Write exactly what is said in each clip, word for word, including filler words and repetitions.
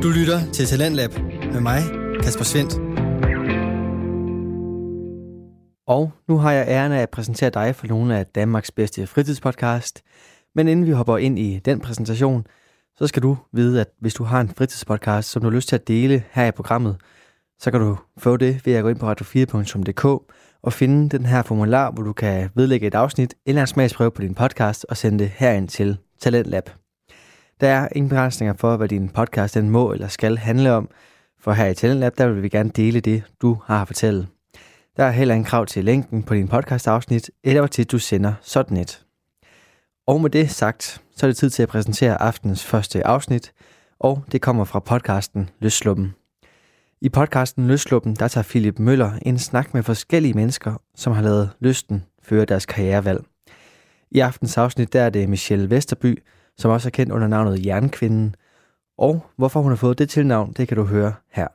Du lytter til Talentlab med mig, Kasper Svendt. Og nu har jeg æren af at præsentere dig for nogle af Danmarks bedste fritidspodcast. Men inden vi hopper ind i den præsentation, så skal du vide, at hvis du har en fritidspodcast, som du har lyst til at dele her i programmet, så kan du få det ved at gå ind på radio fire punktum d k og finde den her formular, hvor du kan vedlægge et afsnit eller en smagsprøve på din podcast og sende det herind til Talentlab. Der er ingen begrænsninger for, hvad din podcast den må eller skal handle om, for her i Talentlab, der vil vi gerne dele det, du har at fortælle. Der er heller ingen krav til længden på din podcast-afsnit, eller hvor tit du sender sådan et. Og med det sagt, så er det tid til at præsentere aftenens første afsnit, og det kommer fra podcasten Løsslup'en. I podcasten Løsslup'en, der tager Philip Møller en snak med forskellige mennesker, som har lavet lysten føre deres karrierevalg. I aftens afsnit, der er det Michelle Vesterby, som også er kendt under navnet Jernkvinden, og hvorfor hun har fået det tilnavn, det kan du høre her.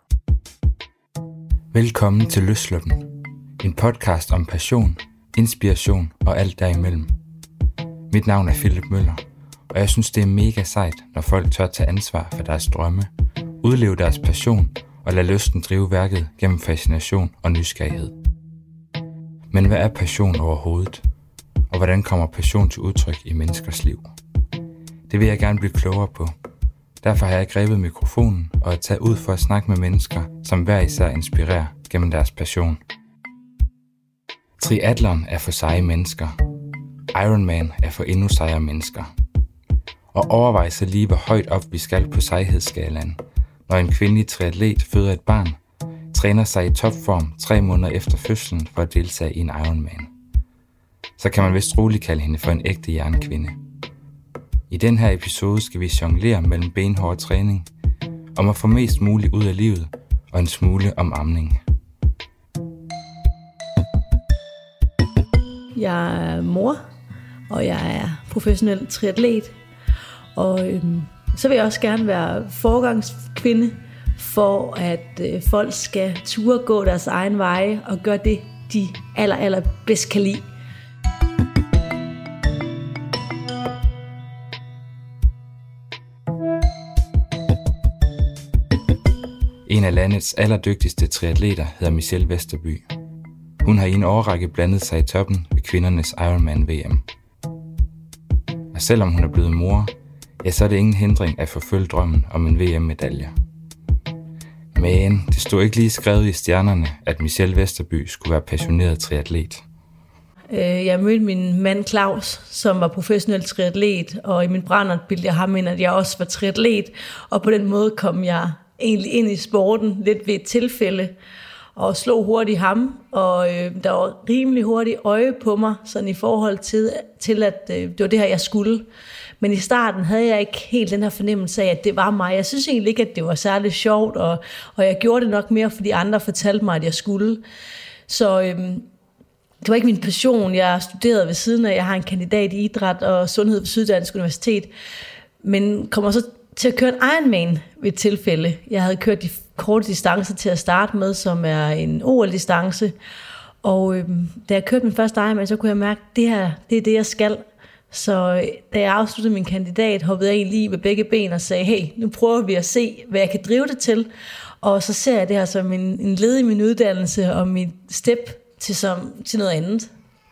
Velkommen til Løsslup'en, en podcast om passion, inspiration og alt derimellem. Mit navn er Philip Møller, og jeg synes, det er mega sejt, når folk tør tage ansvar for deres drømme, udleve deres passion og lade lysten drive værket gennem fascination og nysgerrighed. Men hvad er passion overhovedet? Og hvordan kommer passion til udtryk i menneskers liv? Det vil jeg gerne blive klogere på. Derfor har jeg grebet mikrofonen og er taget ud for at snakke med mennesker, som hver især inspirerer gennem deres passion. Triathlon er for seje mennesker. Ironman er for endnu sejere mennesker. Og overvej så lige, hvor højt op vi skal på sejhedsskalaen, når en kvindelig triatlet føder et barn, træner sig i topform tre måneder efter fødslen for at deltage i en Ironman. Så kan man vist roligt kalde hende for en ægte jernkvinde. I den her episode skal vi jonglere mellem benhård træning, om at få mest muligt ud af livet og en smule om amning. Jeg er mor, og jeg er professionel triatlet, og øhm, så vil jeg også gerne være foregangskvinde for, at øh, folk skal turde gå deres egen veje og gøre det, de aller, aller bedst kan lide. En af landets allerdygtigste triatleter hedder Michelle Vesterby. Hun har i en årrække blandet sig i toppen ved kvindernes Ironman V M. Og selvom hun er blevet mor, ja, så er det ingen hindring at forfølge drømmen om en V M-medalje. Men det stod ikke lige skrevet i stjernerne, at Michelle Vesterby skulle være passioneret triatlet. Jeg mødte min mand Claus, som var professionel triatlet, og i min brændert bildte jeg ham ind, at jeg også var triatlet, og på den måde kom jeg egentlig ind i sporten lidt ved et tilfælde, og slog hurtigt ham, og øh, der var rimelig hurtigt øje på mig, sådan i forhold til, til at øh, det var det her, jeg skulle. Men i starten havde jeg ikke helt den her fornemmelse af, at det var mig. Jeg synes egentlig ikke, at det var særlig sjovt, og, og jeg gjorde det nok mere, fordi andre fortalte mig, at jeg skulle. Så øh, det var ikke min passion. Jeg studerede ved siden af, jeg har en kandidat i idræt og sundhed på Syddansk Universitet, men kommer så til at køre en Ironman ved et tilfælde. Jeg havde kørt de korte distancer til at starte med, som er en O L-distance. Og øhm, da jeg kørte min første Ironman, så kunne jeg mærke, at det her, det er det, jeg skal. Så da jeg afsluttede min kandidat, hoppede jeg egentlig i med begge ben og sagde, hey, nu prøver vi at se, hvad jeg kan drive det til. Og så ser jeg det her som en, en led i min uddannelse og mit step til, som, til noget andet.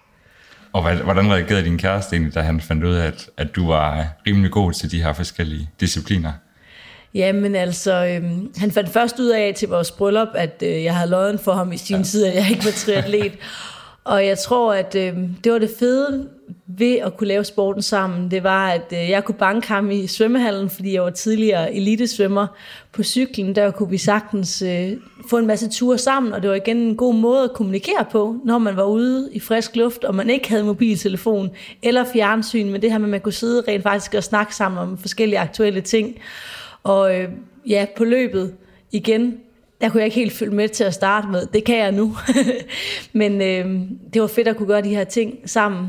Og hvordan reagerede din kæreste egentlig, da han fandt ud af, at, at du var rimelig god til de her forskellige discipliner? Jamen altså, øhm, han fandt først ud af til vores bryllup, at øh, jeg havde løjet for ham i sin ja. tid, at jeg ikke var triatlet. Og jeg tror, at øh, det var det fede ved at kunne lave sporten sammen. Det var, at øh, jeg kunne banke ham i svømmehallen, fordi jeg var tidligere elitesvømmer. På cyklen, der kunne vi sagtens øh, få en masse ture sammen, og det var igen en god måde at kommunikere på, når man var ude i frisk luft, og man ikke havde mobiltelefon eller fjernsyn, men det her med, at man kunne sidde rent faktisk og snakke sammen om forskellige aktuelle ting. Og øh, ja, på løbet igen, der kunne jeg ikke helt følge med til at starte med. Det kan jeg nu. Men øh, det var fedt at kunne gøre de her ting sammen.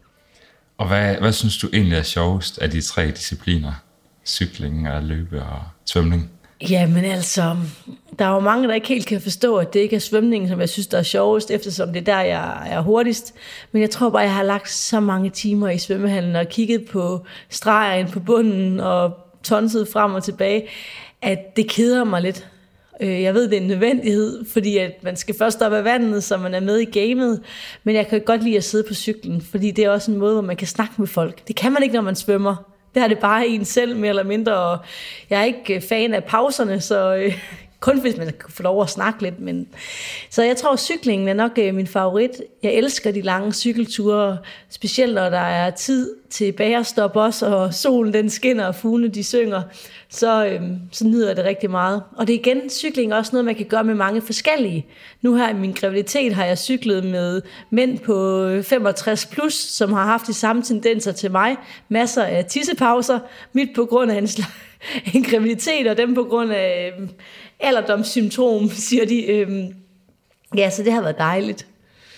Og hvad, hvad synes du egentlig er sjovest af de tre discipliner? Cykling og løbe og svømning? Jamen altså, der er jo mange, der ikke helt kan forstå, at det ikke er svømningen, som jeg synes, der er sjovest, eftersom det er der, jeg er hurtigst. Men jeg tror bare, jeg har lagt så mange timer i svømmehallen og kigget på streger ind på bunden og tonset frem og tilbage, at det keder mig lidt. Jeg ved, det er en nødvendighed, fordi at man skal først op af vandet, så man er med i gamet. Men jeg kan godt lide at sidde på cyklen, fordi det er også en måde, hvor man kan snakke med folk. Det kan man ikke, når man svømmer. Det er det bare en selv, mere eller mindre. Og jeg er ikke fan af pauserne, så øh, kun hvis man kan få lov at snakke lidt. Men... Så jeg tror, at cyklingen er nok øh, min favorit. Jeg elsker de lange cykelture, specielt når der er tid til bagerstop også, og solen den skinner, og fuglene de synger. Så, øhm, så nyder jeg det rigtig meget. Og det er igen, cykling er også noget, man kan gøre med mange forskellige. Nu her i min graviditet har jeg cyklet med mænd på femogtres plus, som har haft de samme tendenser til mig. Masser af tissepauser, mit på grund af en, sl- en graviditet, og dem på grund af øhm, alderdomssymptom, siger de. Øhm, ja, så det har været dejligt.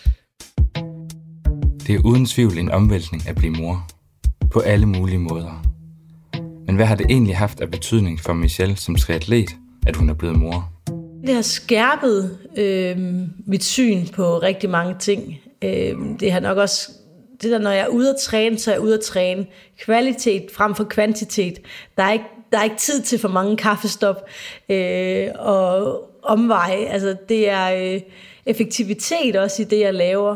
Det er uden tvivl en omvæltning at blive mor. På alle mulige måder. Men hvad har det egentlig haft af betydning for Michelle som triatlet, at hun er blevet mor? Det har skærpet øh, mit syn på rigtig mange ting. Øh, det har nok også, det der, når jeg er ude at træne, så er jeg ude at træne. Kvalitet frem for kvantitet. Der er ikke, der er ikke tid til for mange kaffestop øh, og omveje. Altså, det er øh, effektivitet også i det, jeg laver.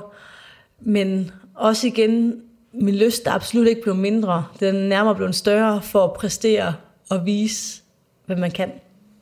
Men også igen, min lyst er absolut ikke blevet mindre. Den er nærmere blevet større for at præstere og vise, hvad man kan.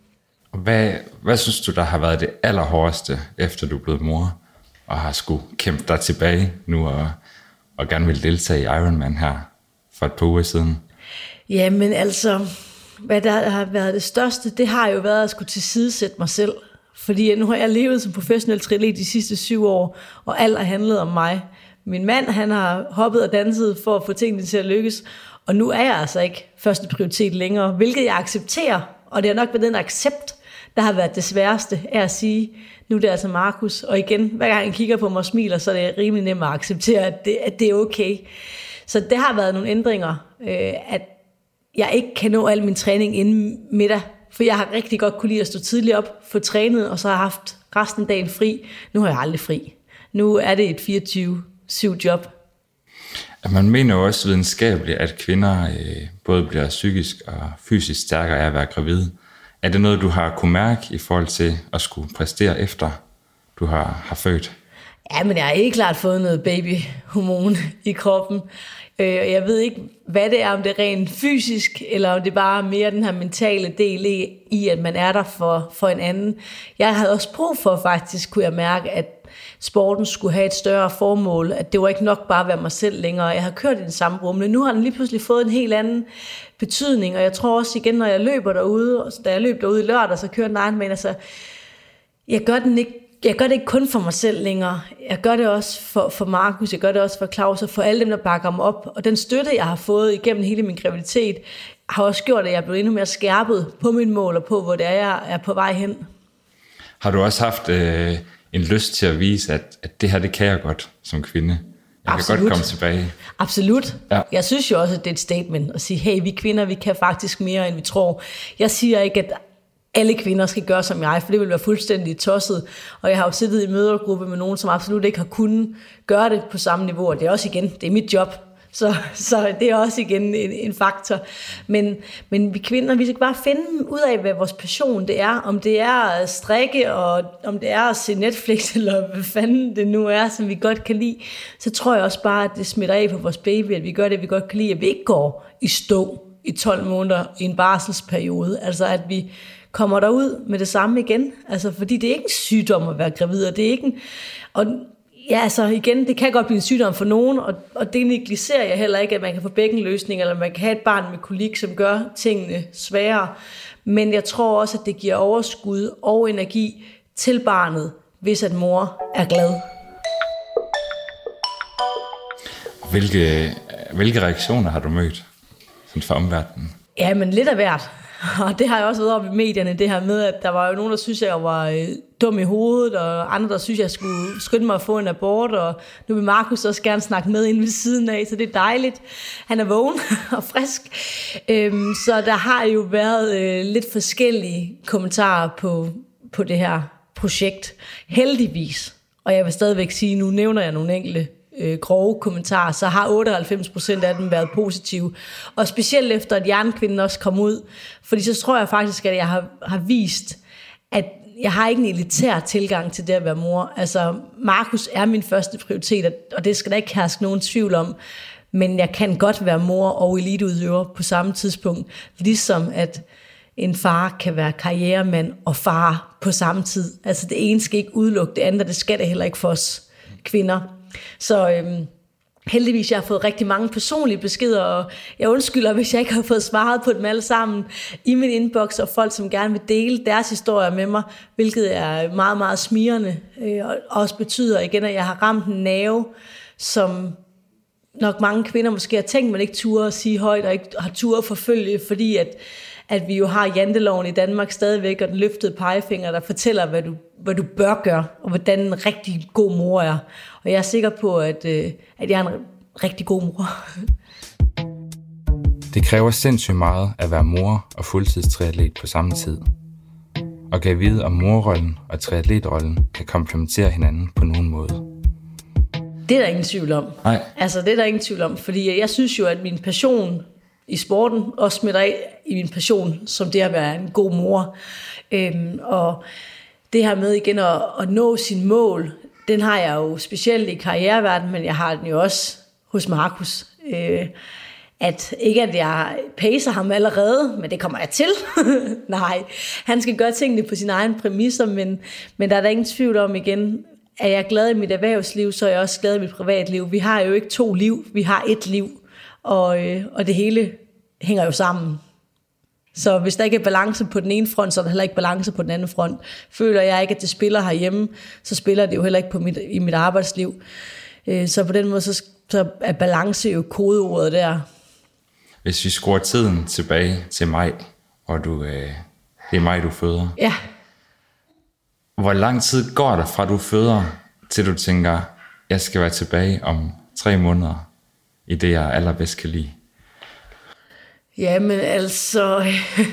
Hvad, hvad synes du, der har været det allerhårdeste, efter du er blevet mor, og har skulle kæmpe dig tilbage nu, og, og gerne vil deltage i Ironman her for et par uger siden? Jamen altså, hvad der har været det største, det har jo været at skulle tilsidesætte mig selv. Fordi nu har jeg levet som professionel triatlet de sidste syv år, og alt har handlet om mig. Min mand, han har hoppet og danset for at få tingene til at lykkes, og nu er jeg altså ikke første prioritet længere, hvilket jeg accepterer, og det har nok været den accept, der har været det sværeste, er at sige, nu er det altså Markus, og igen, hver gang jeg kigger på mig og smiler, så er det rimelig nemt at acceptere, at det, at det er okay. Så det har været nogle ændringer, øh, at jeg ikke kan nå al min træning inden middag, for jeg har rigtig godt kunne lide at stå tidligt op, få trænet, og så har jeg haft resten af dagen fri. Nu har jeg aldrig fri. Nu er det et fireogtyve syv job. Man mener jo også videnskabeligt, at kvinder øh, både bliver psykisk og fysisk stærkere af at være gravide. Er det noget, du har kunne mærke i forhold til at skulle præstere efter, du har, har født? Ja, men jeg har helt klart fået noget babyhormon i kroppen. Jeg ved ikke, hvad det er, om det er rent fysisk, eller om det bare er mere den her mentale del i, at man er der for, for en anden. Jeg havde også brug for faktisk, kunne jeg mærke, at sporten skulle have et større formål, at det var ikke nok bare at være mig selv længere. Jeg har kørt i den samme rumle. Nu har den lige pludselig fået en helt anden betydning, og jeg tror også igen, når jeg løber derude, og da jeg løb derude i lørdag, så kører den Ironman, altså, jeg gør den ikke Jeg gør det ikke kun for mig selv længere. Jeg gør det også for, for Markus, jeg gør det også for Claus og for alle dem, der bakker mig op. Og den støtte, jeg har fået igennem hele min graviditet, har også gjort, at jeg er blevet endnu mere skærpet på mine mål og på, hvor det er, jeg er på vej hen. Har du også haft øh, en lyst til at vise, at, at det her, det kan jeg godt som kvinde? Jeg Absolut. kan godt komme tilbage. Absolut. Ja. Jeg synes jo også, at det er et statement at sige, hey, vi kvinder, vi kan faktisk mere, end vi tror. Jeg siger ikke, at alle kvinder skal gøre som jeg, for det vil være fuldstændig tosset. Og jeg har jo siddet i mødergruppe med nogen, som absolut ikke har kunnet gøre det på samme niveau. Og det er også igen, det er mit job. Så, så det er også igen en, en faktor. Men, men vi kvinder, vi skal bare finde ud af, hvad vores passion det er. Om det er at strikke, og om det er at se Netflix, eller hvad fanden det nu er, som vi godt kan lide. Så tror jeg også bare, at det smitter af på vores baby, at vi gør det, vi godt kan lide. At vi ikke går i stå i tolv måneder i en barselsperiode. Altså at vi kommer derud med det samme igen. Altså, fordi det er ikke en sygdom at være gravid, og det er ikke en... Og ja, altså igen, det kan godt blive en sygdom for nogen, og, og det negligerer jeg heller ikke, at man kan få bækkenløsning, eller man kan have et barn med kolik, som gør tingene sværere. Men jeg tror også, at det giver overskud og energi til barnet, hvis at mor er glad. Hvilke, hvilke reaktioner har du mødt sådan fra omverdenen? Ja, men lidt af hvert. Og det har jeg også været op i medierne, det her med, at der var jo nogen, der synes, at jeg var øh, dum i hovedet, og andre, der synes, at jeg skulle skynde mig at få en abort, og nu vil Markus også gerne snakke med inde ved siden af, så det er dejligt. Han er vågen og frisk. Øhm, så der har jo været øh, lidt forskellige kommentarer på, på det her projekt. Heldigvis. Og jeg vil stadigvæk sige, nu nævner jeg nogle enkelte øh, grove kommentarer, så har otteoghalvfems procent af dem været positive. Og specielt efter, at Jernkvinden også kom ud. Fordi så tror jeg faktisk, at jeg har, har vist, at jeg har ikke en elitær tilgang til det at være mor. Altså, Markus er min første prioritet, og det skal der ikke herske nogen tvivl om. Men jeg kan godt være mor og eliteudøver på samme tidspunkt. Ligesom at en far kan være karrieremand og far på samme tid. Altså det ene skal ikke udelukke det andet, det skal det heller ikke for os kvinder. Så øhm, heldigvis jeg har fået rigtig mange personlige beskeder, og jeg undskylder, hvis jeg ikke har fået svaret på dem alle sammen i min inbox, og folk, som gerne vil dele deres historier med mig, hvilket er meget, meget smirrende, øh, og også betyder igen, at jeg har ramt en nerve, som nok mange kvinder måske har tænkt, man ikke turde at sige højt, og ikke har turde at forfølge, fordi at at vi jo har janteloven i Danmark stadigvæk, og den løftede pegefinger, der fortæller, hvad du, hvad du bør gøre, og hvordan en rigtig god mor er. Og jeg er sikker på, at, at jeg er en rigtig god mor. Det kræver sindssygt meget at være mor og fuldtidstriatlet på samme tid. Og kan vide, om morrollen og triatletrollen kan komplementere hinanden på nogen måde. Det er der ingen tvivl om. Nej. Altså, det er der ingen tvivl om, fordi jeg synes jo, at min passion i sporten også smitter af i min passion, som det at være en god mor. Øhm, og det her med igen at, at nå sin mål, den har jeg jo specielt i karriereverdenen, men jeg har den jo også hos Markus. Øh, at ikke at jeg pacer ham allerede, men det kommer jeg til. Nej, han skal gøre tingene på sine egne præmisser, men, men der er der ingen tvivl om igen, at jeg er glad i mit erhvervsliv, så er jeg også glad i mit privatliv. Vi har jo ikke to liv, vi har et liv. Og, øh, og det hele hænger jo sammen. Så hvis der ikke er balance på den ene front, så er der heller ikke balance på den anden front. Føler jeg ikke, at det spiller herhjemme, så spiller det jo heller ikke på mit, i mit arbejdsliv. Øh, så på den måde, så, så er balance jo kodeordet der. Hvis vi skruer tiden tilbage til maj, og du, øh, det er maj, du føder. Ja. Hvor lang tid går der fra du føder, til du tænker, jeg skal være tilbage om tre måneder? I det, jeg allerbedst kan lide? Jamen altså,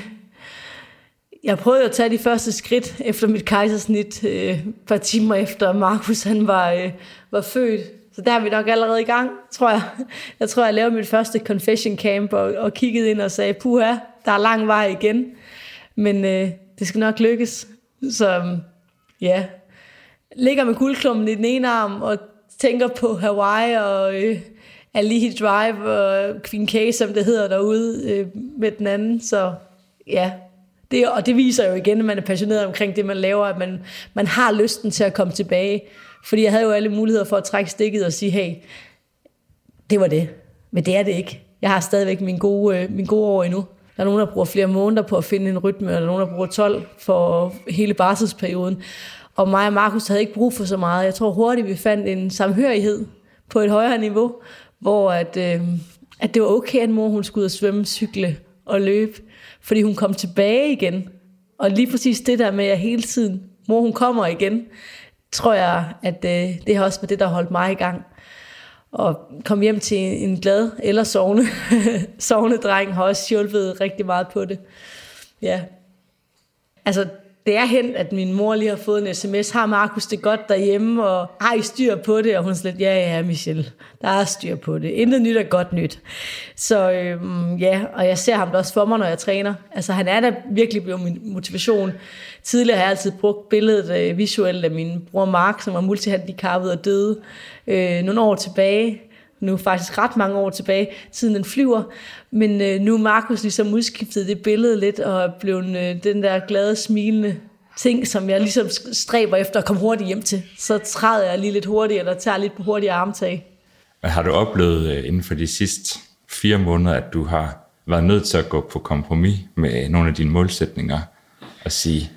jeg prøvede at tage de første skridt efter mit kejsersnit, øh, et par timer efter Markus han var, øh, var født. Så der er vi nok allerede i gang, tror jeg. Jeg tror, jeg lavede mit første confession camp og, og kiggede ind og sagde, puha, der er lang vej igen. Men øh, det skal nok lykkes. Så ja, ligger med guldklumpen i den ene arm og tænker på Hawaii og Øh, Alihi Drive og Queen K, som det hedder derude, øh, med den anden. Så ja, det, og det viser jo igen, at man er passioneret omkring det, man laver, at man, man har lysten til at komme tilbage. Fordi jeg havde jo alle muligheder for at trække stikket og sige, hey, det var det. Men det er det ikke. Jeg har stadigvæk min gode, øh, min gode år endnu. Der er nogen, der bruger flere måneder på at finde en rytme, og der er nogen, der bruger tolv for hele barselsperioden. Og mig og Markus havde ikke brug for så meget. Jeg tror hurtigt, vi fandt en samhørighed på et højere niveau, hvor at, øh, at det var okay, at mor hun skulle ud og svømme, cykle og løbe, fordi hun kom tilbage igen. Og lige præcis det der med, at hele tiden, mor hun kommer igen, tror jeg, at øh, det har også været det, der holdt mig i gang. Og kom hjem til en glad eller sovende, sovende dreng har også hjulpet rigtig meget på det. Ja. Altså, det er hen, at min mor lige har fået en sms, har Markus det godt derhjemme, og har I styr på det? Og hun er slet, ja, ja, Michelle, der er styr på det. Intet nyt er godt nyt. Så øhm, ja, og jeg ser ham da også for mig, når jeg træner. Altså, han er da virkelig blevet min motivation. Tidligere har jeg altid brugt billedet øh, visuelt af min bror Mark, som var multihandicappet og døde øh, nogle år tilbage. Nu faktisk ret mange år tilbage, tiden den flyver. Men øh, nu er Markus ligesom udskiftet det billede lidt, og er blevet øh, den der glade, smilende ting, som jeg ligesom stræber efter at komme hurtigt hjem til. Så træder jeg lige lidt hurtigt, eller tager lidt på hurtigere armtag. Men har du oplevet øh, inden for de sidste fire måneder, at du har været nødt til at gå på kompromis med nogle af dine målsætninger, og sige,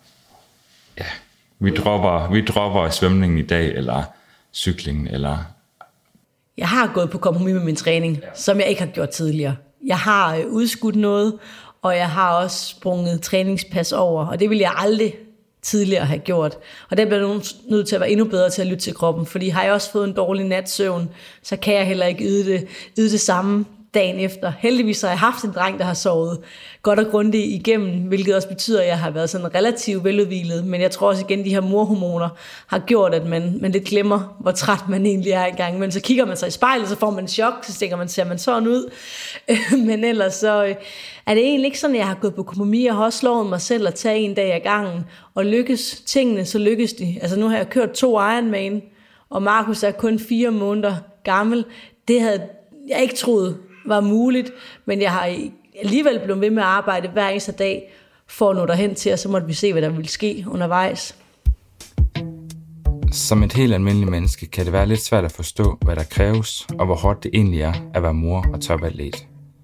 ja, vi dropper, vi dropper svømningen i dag, eller cyklingen, eller... Jeg har gået på kompromis med min træning, som jeg ikke har gjort tidligere. Jeg har øh, udskudt noget, og jeg har også sprunget træningspas over, og det ville jeg aldrig tidligere have gjort. Og der bliver jeg nødt til at være endnu bedre til at lytte til kroppen, fordi har jeg også fået en dårlig natsøvn, så kan jeg heller ikke yde det, yde det samme dagen efter. Heldigvis har jeg haft en dreng, der har sovet godt og grundigt igennem, hvilket også betyder, at jeg har været sådan relativt veludhvilet. Men jeg tror også igen, at de her morhormoner har gjort, at man, man lidt glemmer, hvor træt man egentlig er engang. Men så kigger man sig i spejlet, så får man en chok, så tænker man, ser man sådan ud. Men ellers så er det egentlig ikke sådan, at jeg har gået på kompromis. Jeg har også lovet mig selv at tage en dag ad gangen. Og lykkes tingene, så lykkes de. Altså nu har jeg kørt to Ironman, og Markus er kun fire måneder gammel. Det havde jeg ikke troet var muligt, men jeg har alligevel blevet ved med at arbejde hver eneste dag for at nå derhen til, og så måtte vi se, hvad der ville ske undervejs. Som et helt almindeligt menneske kan det være lidt svært at forstå, hvad der kræves, og hvor hårdt det egentlig er at være mor og topatlet.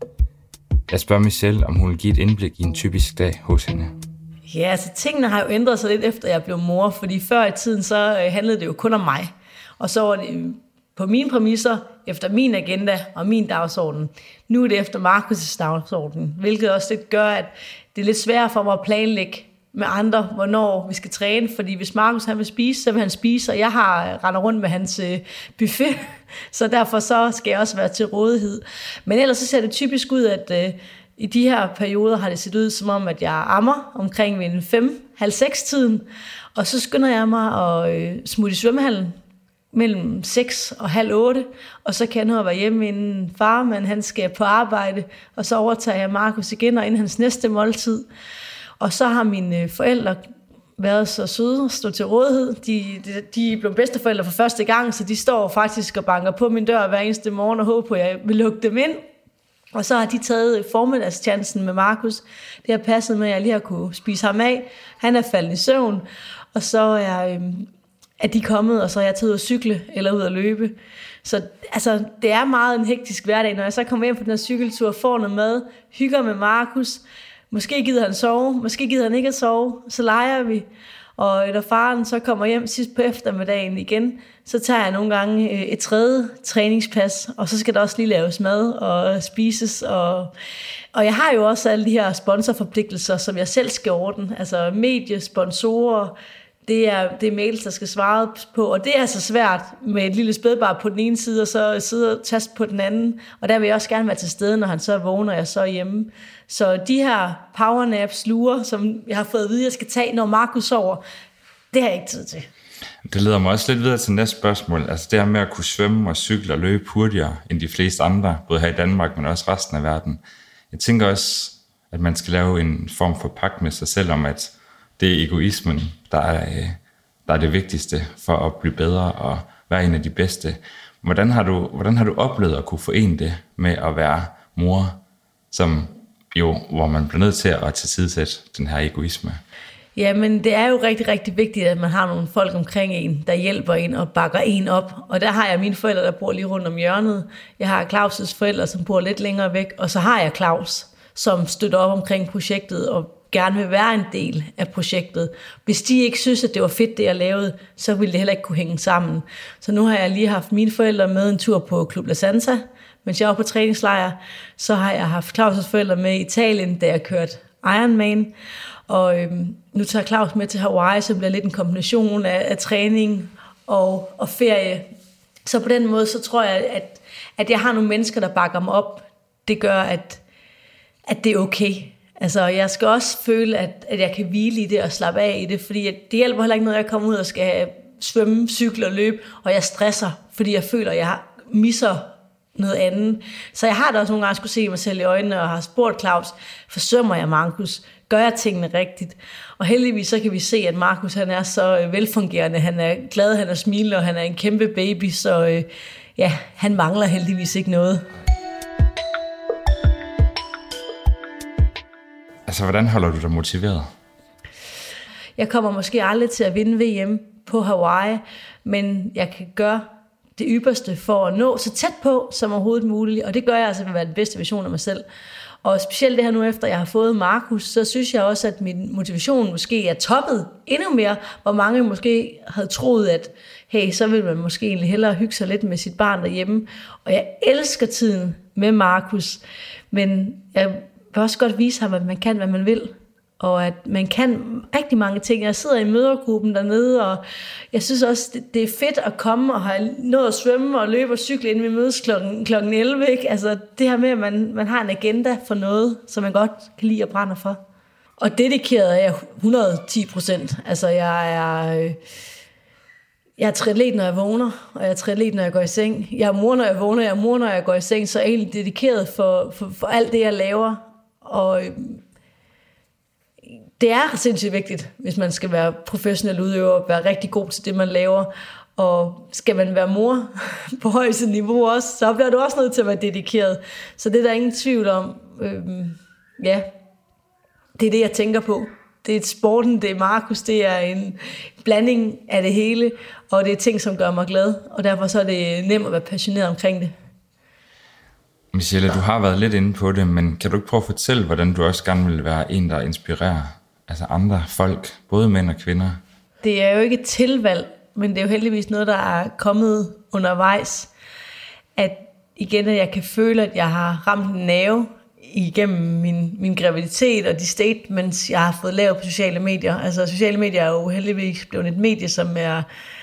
Jeg spørger Michelle, om hun vil give et indblik i en typisk dag hos hende. Ja, altså tingene har jo ændret sig lidt efter jeg blev mor, fordi før i tiden så handlede det jo kun om mig. Og så var det på mine præmisser, efter min agenda og min dagsorden. Nu er det efter Markus' dagsorden, hvilket også lidt gør, at det er lidt sværere for mig at planlægge med andre, hvornår vi skal træne, fordi hvis Markus han vil spise, så vil han spise, og jeg har render rundt med hans buffet, så derfor så skal jeg også være til rådighed. Men ellers så ser det typisk ud, at øh, i de her perioder har det set ud som om, at jeg ammer omkring ved fem, halv seks tiden, og så skynder jeg mig at øh, smutte i svømmehallen mellem seks og halv otte, og så kan jeg nå at være hjemme inden farmand, han skal på arbejde, og så overtager jeg Markus igen, og inden hans næste måltid. Og så har mine forældre været så søde at stå til rådighed. De, de, de er blevet bedsteforældre for første gang, så de står faktisk og banker på min dør hver eneste morgen og håber på, at jeg vil lukke dem ind. Og så har de taget formiddagschancen med Markus. Det har passet med, at jeg lige har kunne spise ham af. Han er faldet i søvn, og så er, øhm, er de kommet, og så er jeg taget ud at cykle eller ud at løbe. Så altså, det er meget en hektisk hverdag. Når jeg så kommer hjem på den her cykeltur, får noget mad, hygger med Markus. Måske gider han sove, måske gider han ikke at sove, så leger vi. Og når faren så kommer hjem sidst på eftermiddagen igen, så tager jeg nogle gange et tredje træningspas, og så skal der også lige laves mad og spises. Og, og jeg har jo også alle de her sponsorforpligtelser, som jeg selv skal ordne. Altså medie, sponsorer, det er, det er mails, der skal svare på, og det er så svært med et lille spædbarn på den ene side, og så sidde og taste på den anden. Og der vil jeg også gerne være til stede, når han så vågner, og jeg så er hjemme. Så de her powernaps, lurer, som jeg har fået at vide, jeg skal tage, når Markus sover, det har jeg ikke tid til. Det leder mig også lidt videre til næste spørgsmål. Altså det her med at kunne svømme og cykle og løbe hurtigere end de fleste andre, både her i Danmark, men også resten af verden. Jeg tænker også, at man skal lave en form for pagt med sig selv om, at det er egoismen, der er, der er det vigtigste for at blive bedre og være en af de bedste. Hvordan har du, hvordan har du oplevet at kunne forene det med at være mor, som jo, hvor man bliver nødt til at tilsidesætte den her egoisme? Jamen, det er jo rigtig, rigtig vigtigt, at man har nogle folk omkring en, der hjælper en og bakker en op. Og der har jeg mine forældre, der bor lige rundt om hjørnet. Jeg har Claus' forældre, som bor lidt længere væk. Og så har jeg Claus, som støtter op omkring projektet og gerne vil være en del af projektet. Hvis de ikke synes, at det var fedt, det jeg lavede, så ville det heller ikke kunne hænge sammen. Så nu har jeg lige haft mine forældre med en tur på Club La Santa, mens jeg var på træningslejr. Så har jeg haft Claus' forældre med i Italien, da jeg kørte Ironman. Og øhm, nu tager Claus med til Hawaii, så bliver lidt en kombination af, af træning og, og ferie. Så på den måde, så tror jeg, at, at jeg har nogle mennesker, der bakker mig op. Det gør, at, at det er okay. Altså, jeg skal også føle, at, at jeg kan hvile i det og slappe af i det, fordi det hjælper heller ikke noget, at jeg kommer ud og skal svømme, cykle og løbe, og jeg stresser, fordi jeg føler, at jeg misser noget andet. Så jeg har da også nogle gange skulle se mig selv i øjnene og har spurgt Claus, forsømmer jeg Markus? Gør jeg tingene rigtigt? Og heldigvis så kan vi se, at Markus han er så velfungerende, han er glad, han er smilende, og han er en kæmpe baby, så øh, ja, han mangler heldigvis ikke noget. Altså, hvordan holder du dig motiveret? Jeg kommer måske aldrig til at vinde V M på Hawaii, men jeg kan gøre det ypperste for at nå så tæt på som overhovedet muligt, og det gør jeg altså ved at være den bedste version af mig selv. Og specielt det her nu efter jeg har fået Markus, så synes jeg også, at min motivation måske er toppet endnu mere, hvor mange måske havde troet, at hey, så vil man måske egentlig hellere hygge sig lidt med sit barn derhjemme. Og jeg elsker tiden med Markus, men jeg vil også godt vise ham, at man kan, hvad man vil. og at man kan rigtig mange ting. Jeg sidder i mødergruppen dernede, og jeg synes også, det, det er fedt at komme og have nået at svømme og løbe og cykle, inden vi mødes klokken, klokken elleve. Ikke? Altså det her med, at man, man har en agenda for noget, som man godt kan lide og brænder for. Og dedikeret er jeg hundrede og ti procent. Altså jeg er... Øh, Jeg er triatlet, når jeg vågner, og jeg er triatlet, når jeg går i seng. Jeg er mor, når jeg vågner, jeg er mor, når jeg går i seng, så jeg er egentlig dedikeret for, for, for alt det, jeg laver. Og øh, det er sindssygt vigtigt, hvis man skal være professionel udøver, være rigtig god til det, man laver. Og skal man være mor på højeste niveau også, så bliver du også nødt til at være dedikeret. Så det er der ingen tvivl om. Øh, ja, det er det, jeg tænker på. Det er et sporten, det er Markus, det er en blanding af det hele, og det er ting, som gør mig glad, og derfor så er det nemt at være passioneret omkring det. Michelle, du har været lidt inde på det, men kan du ikke prøve at fortælle, hvordan du også gerne vil være en, der inspirerer altså andre folk, både mænd og kvinder? Det er jo ikke et tilvalg, men det er jo heldigvis noget, der er kommet undervejs, at igen, at jeg kan føle, at jeg har ramt en nerve igennem min, min graviditet og de statements, jeg har fået lavet på sociale medier. Altså sociale medier er jo heldigvis blevet et medie, som er,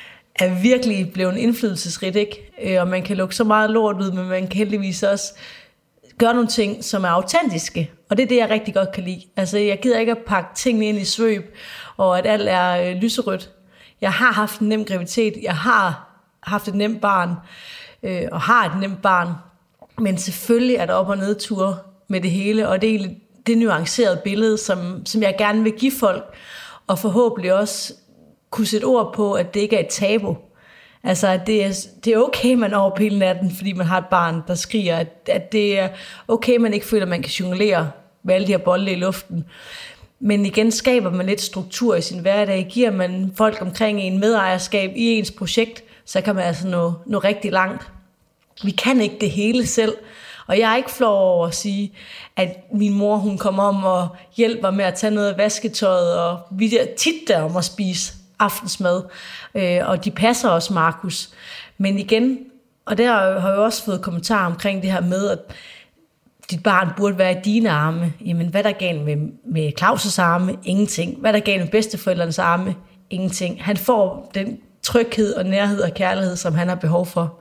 er virkelig blevet indflydelsesrigt, ikke? Og man kan lukke så meget lort ud, men man kan heldigvis også gøre nogle ting, som er autentiske. Og det er det, jeg rigtig godt kan lide. Altså jeg gider ikke at pakke tingene ind i svøb, og at alt er øh, lyserødt. Jeg har haft en nem graviditet, jeg har haft et nemt barn, øh, og har et nemt barn, men selvfølgelig er der op- og nedture med det hele, og det er egentlig det nuancerede billede, som, som jeg gerne vil give folk, og forhåbentlig også kunne sætte ord på, at det ikke er et tabu. Altså, at det er, det er okay, man over hele natten, fordi man har et barn, der skriger, at, at det er okay, man ikke føler, at man kan jonglere med alle de her bolde i luften. Men igen skaber man lidt struktur i sin hverdag, giver man folk omkring en medejerskab i ens projekt, så kan man altså nå, nå rigtig langt. Vi kan ikke det hele selv, og jeg er ikke flov over at sige, at min mor hun kommer om og hjælper med at tage noget af vasketøjet, og vi er tit der om at spise aftensmad, øh, og de passer også Markus. Men igen, og der har jeg også fået kommentarer omkring det her med, at dit barn burde være i dine arme. Jamen, hvad er der galt med, med Claus' arme? Ingenting. Hvad er der galt med bedsteforældrenes arme? Ingenting. Han får den tryghed og nærhed og kærlighed, som han har behov for.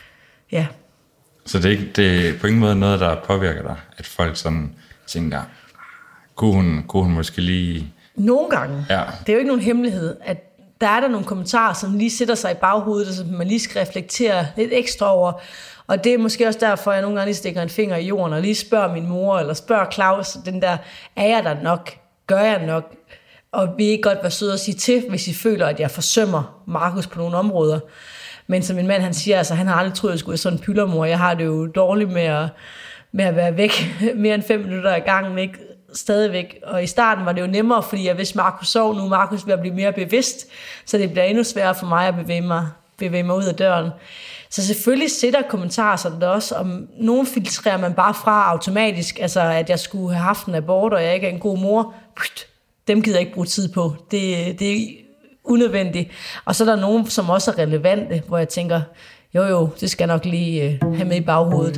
Ja. Så det er, ikke, det er på ingen måde noget, der påvirker dig, at folk sådan tænker, kunne hun, kunne hun måske lige... Nogle gange. Ja. Det er jo ikke nogen hemmelighed, at der er der nogle kommentarer, som lige sætter sig i baghovedet, og som man lige skal reflektere lidt ekstra over. Og det er måske også derfor, at jeg nogle gange lige stikker en finger i jorden, og lige spørger min mor, eller spørger Claus, den der, er jeg der nok? Gør jeg nok? Og vil I godt være søde at sige til, hvis I føler, at jeg forsømmer Markus på nogle områder. Men som min mand, han siger, altså han har aldrig troet, at jeg skulle være sådan en pyldermor. Jeg har det jo dårligt med at, med at være væk mere end fem minutter ad gangen, ikke? Stadigvæk. Og i starten var det jo nemmere, fordi jeg vidste, Markus sov nu. Markus vil blive mere bevidst, så det bliver endnu sværere for mig at bevæge mig, bevæge mig ud af døren. Så selvfølgelig sætter kommentarer sådan der også, om nogen filtrerer man bare fra automatisk, altså at jeg skulle have haft en abort, og jeg ikke er en god mor. Dem gider jeg ikke bruge tid på. Det, det er unødvendigt. Og så er der nogen, som også er relevante, hvor jeg tænker, jo jo, det skal jeg nok lige uh, have med i baghovedet.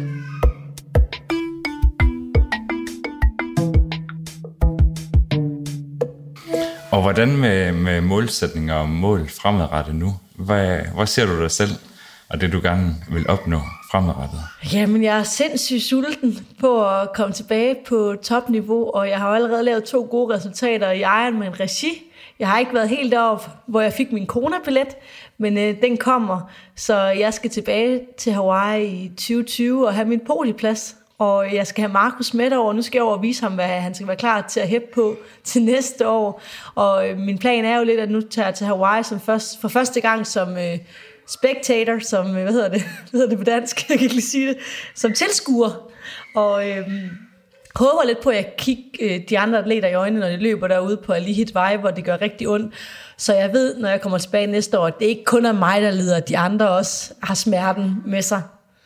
Og hvordan med, med målsætninger og mål fremadrettet nu? Hvad, hvad ser du dig selv, og det du gerne vil opnå fremadrettet? Jamen, jeg er sindssygt sulten på at komme tilbage på topniveau, og jeg har allerede lavet to gode resultater i Ironman regi. Jeg har ikke været helt deroppe, hvor jeg fik min Kona-billet, men øh, den kommer, så jeg skal tilbage til Hawaii i tyve tyve og have min podieplads. Og jeg skal have Markus med derover. Nu skal jeg over og vise ham, hvad han skal være klar til at hæppe på til næste år. Og øh, min plan er jo lidt, at nu tager jeg til Hawaii som først, for første gang som øh, spectator, som, øh, hvad hedder det, hvad hedder det på dansk, jeg kan ikke lige sige det, som tilskuer. Og øh, håber lidt på, at jeg kigger øh, de andre atleter i øjnene, når de løber derude på Alihit Vej, hvor det gør rigtig ondt. Så jeg ved, når jeg kommer tilbage næste år, at det ikke kun er mig, der lider, de andre også har smerten med sig.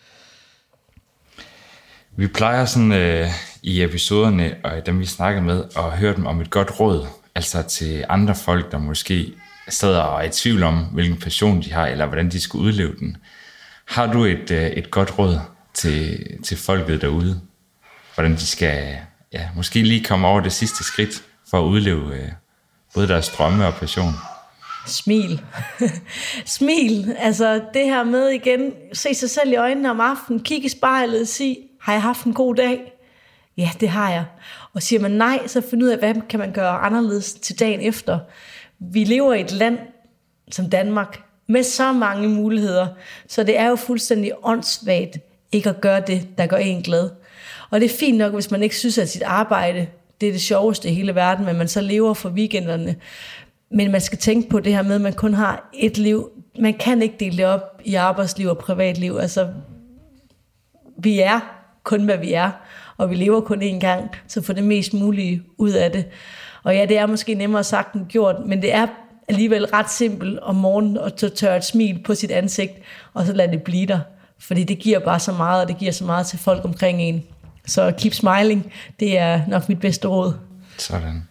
Vi plejer sådan øh, i episoderne, og dem vi snakker med, at høre dem om et godt råd, altså til andre folk, der måske sidder og er i tvivl om, hvilken passion de har, eller hvordan de skal udleve den. Har du et, øh, et godt råd til, til folket derude, hvordan de skal ja, måske lige komme over det sidste skridt, for at udleve øh, både deres drømme og passion? Smil. Smil. Altså det her med igen, se sig selv i øjnene om aftenen, kigge i spejlet og sige, har jeg haft en god dag? Ja, det har jeg. Og siger man nej, så find ud af, hvad kan man gøre anderledes til dagen efter. Vi lever i et land som Danmark med så mange muligheder, så det er jo fuldstændig åndssvagt ikke at gøre det, der gør en glad. Og det er fint nok, hvis man ikke synes, at sit arbejde det er det sjoveste i hele verden, men man så lever for weekenderne. Men man skal tænke på det her med, at man kun har et liv. Man kan ikke dele det op i arbejdsliv og privatliv. Altså, vi er kun, hvad vi er, og vi lever kun én gang, så få det mest mulige ud af det. Og ja, det er måske nemmere sagt end gjort, men det er alligevel ret simpelt om morgenen at tørre et smil på sit ansigt, og så lade det blive der. Fordi det giver bare så meget, og det giver så meget til folk omkring en. Så keep smiling, det er nok mit bedste råd. Sådan.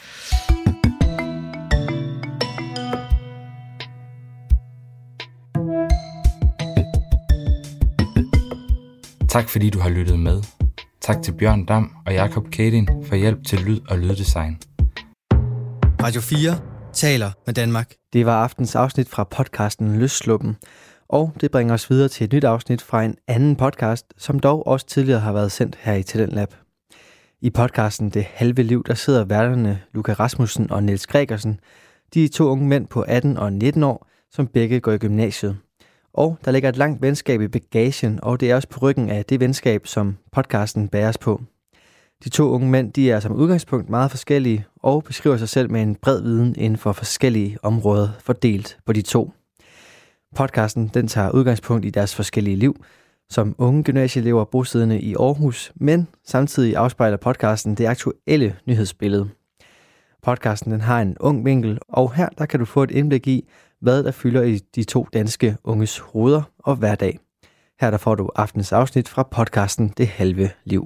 Tak fordi du har lyttet med. Tak til Bjørn Dam og Jakob Kadin for hjælp til lyd og lyddesign. Radio fire taler med Danmark. Det var aftens afsnit fra podcasten Løsslup'en, og det bringer os videre til et nyt afsnit fra en anden podcast, som dog også tidligere har været sendt her i Talentlab. I podcasten Det Halve Liv, der sidder værterne Luca Rasmussen og Niels Gregersen. De er to unge mænd på atten og nitten år, som begge går i gymnasiet. Og der ligger et langt venskab i bagagen, og det er også på ryggen af det venskab, som podcasten bæres på. De to unge mænd, de er som udgangspunkt meget forskellige, og beskriver sig selv med en bred viden inden for forskellige områder, fordelt på de to. Podcasten, den tager udgangspunkt i deres forskellige liv, som unge gymnasieelever bosiddende i Aarhus, men samtidig afspejler podcasten det aktuelle nyhedsbillede. Podcasten, den har en ung vinkel, og her der kan du få et indblik i, hvad der fylder i de to danske unges hoveder og hverdag. Her der får du aftens afsnit fra podcasten Det Halve Liv.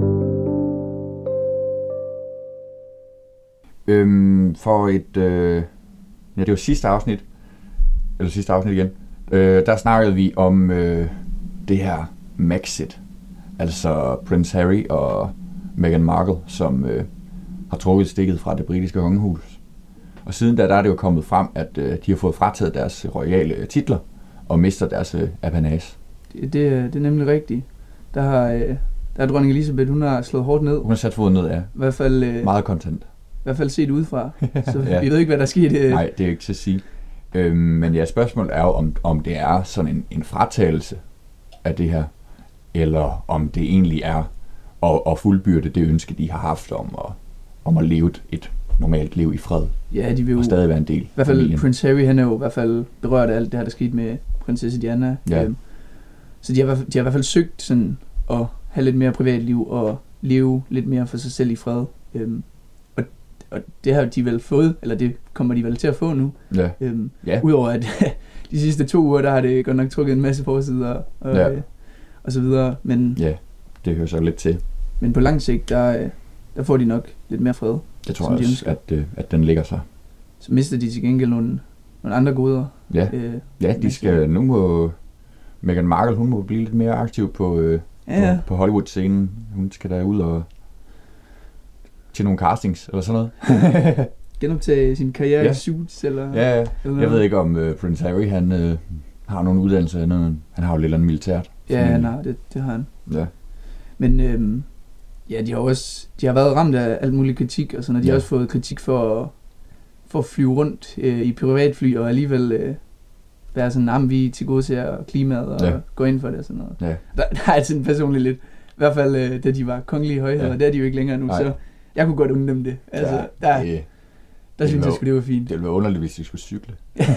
Øhm, for et, øh, ja det var sidste afsnit, eller sidste afsnit igen, øh, der snakkede vi om øh, det her Maxit, altså Prince Harry og Meghan Markle, som øh, har trukket stikket fra det britiske kongehus. Og siden da, der er det jo kommet frem, at øh, de har fået frataget deres royale titler og mister deres øh, apanage. Det, det, det er nemlig rigtigt. Der har, øh, der er dronning Elisabeth, hun har slået hårdt ned. Hun har sat foden ned, ja. I hvert fald, øh, meget content. I hvert fald set udefra. Så ja. Vi ved ikke, hvad der sker. Det. Nej, det er ikke til at sige. Øhm, men ja, spørgsmålet er jo, om, om det er sådan en, en fratagelse af det her, eller om det egentlig er at, at fuldbyrde det ønske, de har haft om at, om at leve et normalt liv i fred. Ja, de vil jo og stadig være en del. I hvert fald Prince Harry, han er jo i hvert fald berørt af alt det her, der skete med prinsesse Diana. Ja. Øhm, så de har, de har i hvert fald søgt sådan at have lidt mere privatliv og leve lidt mere for sig selv i fred. Øhm, og, og det har de vel fået, eller det kommer de vel til at få nu. Ja. Øhm, ja. Udover at de sidste to uger, der har det godt nok trukket en masse forsider og, ja. øh, og så videre. Men, ja, det hører så lidt til. Men på lang sigt, der, der får de nok lidt mere fred. Jeg tror også, de at, at den ligger sig. Så mister de til gengæld nogle, nogle andre goder. Ja, øh, ja de skal, nu må Meghan Markle, hun må blive lidt mere aktiv på, øh, ja, ja. på, på Hollywood-scenen. Hun skal der ud og til nogle castings eller sådan noget. Genoptage sin karriere ja. i Suits eller... Ja, ja. Eller jeg ved ikke om uh, Prince Harry, han uh, har nogen uddannelse, han, han har jo lidt andet militært. Ja, han har, det, det har han. Ja. Men øhm, ja, de har også de har været ramt af alt mulig kritik, og sådan, og de ja. har også fået kritik for, for at flyve rundt øh, i privatfly, og alligevel øh, være sådan, at vi tilgodeser klimaet og ja. går ind for det og sådan noget. Ja. Der, der er sådan personligt lidt, i hvert fald øh, da de var kongelige højheder, ja. det er de jo ikke længere nu, Nej. så jeg kunne godt undne dem det. Altså, ja, der, det, der synes jeg sgu, det var fint. Det ville være underligt, hvis de skulle cykle.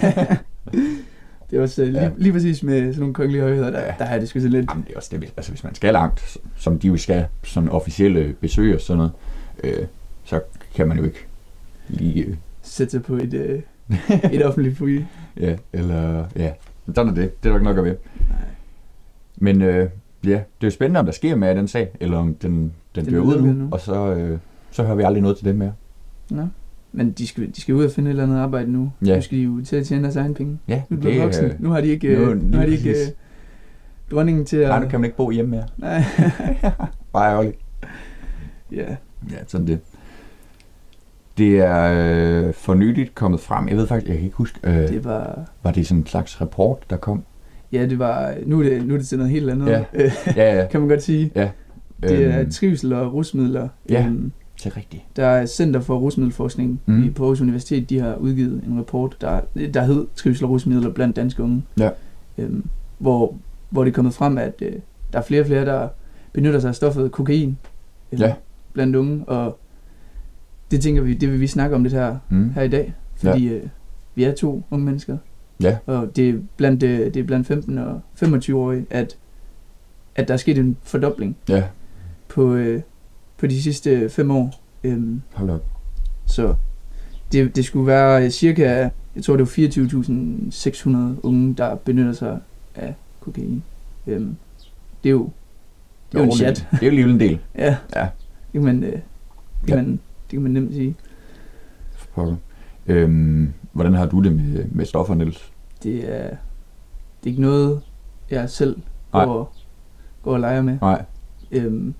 Det er også lige, ja. lige præcis med sådan nogle kongelige højheder, der, ja. der har det sgu så lidt... Jamen, det er også det, altså hvis man skal langt, som de jo skal, sådan officielle besøg og sådan noget, øh, så kan man jo ikke lige... Øh... sætte sig på et, øh, et offentligt fly. Ja, eller... Ja, sådan er det. Det er der ikke nok at ved. Nej. Men øh, ja, det er jo spændende, om der sker med den sag, eller om den, den, den dør ud nu, nu, og så, øh, så hører vi aldrig noget til dem mere. Nå. Men de skal, de skal ud og finde et eller andet arbejde nu. Ja. Nu skal de jo til at tjene deres egen penge. Ja, nu bliver voksne. Øh, nu har de ikke, nu, nu har de ikke øh, dronningen til at... Nej, nu kan man ikke bo hjemme mere. Nej. Bare ærgerligt. Ja. Ja, sådan det. Det er øh, for nyligt kommet frem. Jeg ved faktisk, jeg kan ikke huske. Øh, Det var... Var det sådan en slags rapport, der kom? Ja, det var... Nu er det, nu er det til noget helt andet, Ja. Ja, ja. kan man godt sige. Ja. Det er Øhm, trivsel og rusmidler. Ja. Øhm, det er rigtigt. Der er Center for Rusmiddelforskning Mm. mm. på Aarhus Universitet. De har udgivet en rapport, der, der hed Trivsel og rusmidler blandt danske unge. Ja. Øhm, hvor, hvor det er kommet frem, at øh, der er flere og flere, der benytter sig af stoffet kokain øh, Ja. blandt unge. Og det tænker vi, det vil vi snakke om lidt her, Mm. her i dag. Fordi øh, vi er to unge mennesker. Ja. Og det er blandt, øh, det er blandt femten og femogtyve-årige, at, at der er sket en fordobling Ja, på, øh, på de sidste fem år. Øhm, hold op. så det, det skulle være cirka, jeg tror det var fireogtyve tusind seks hundrede unge, der benytter sig af kokain. Øhm, det er jo, det er jo en chat. Det er jo alligevel en del. Ja, Ja. det kan man, øh, det kan Ja. man, det kan man nemt sige. For pokker. Øhm, hvordan har du det med, med stoffer, Niels? Det er, det er ikke noget, jeg selv Nej. går, går og leger med. Nej. Øhm,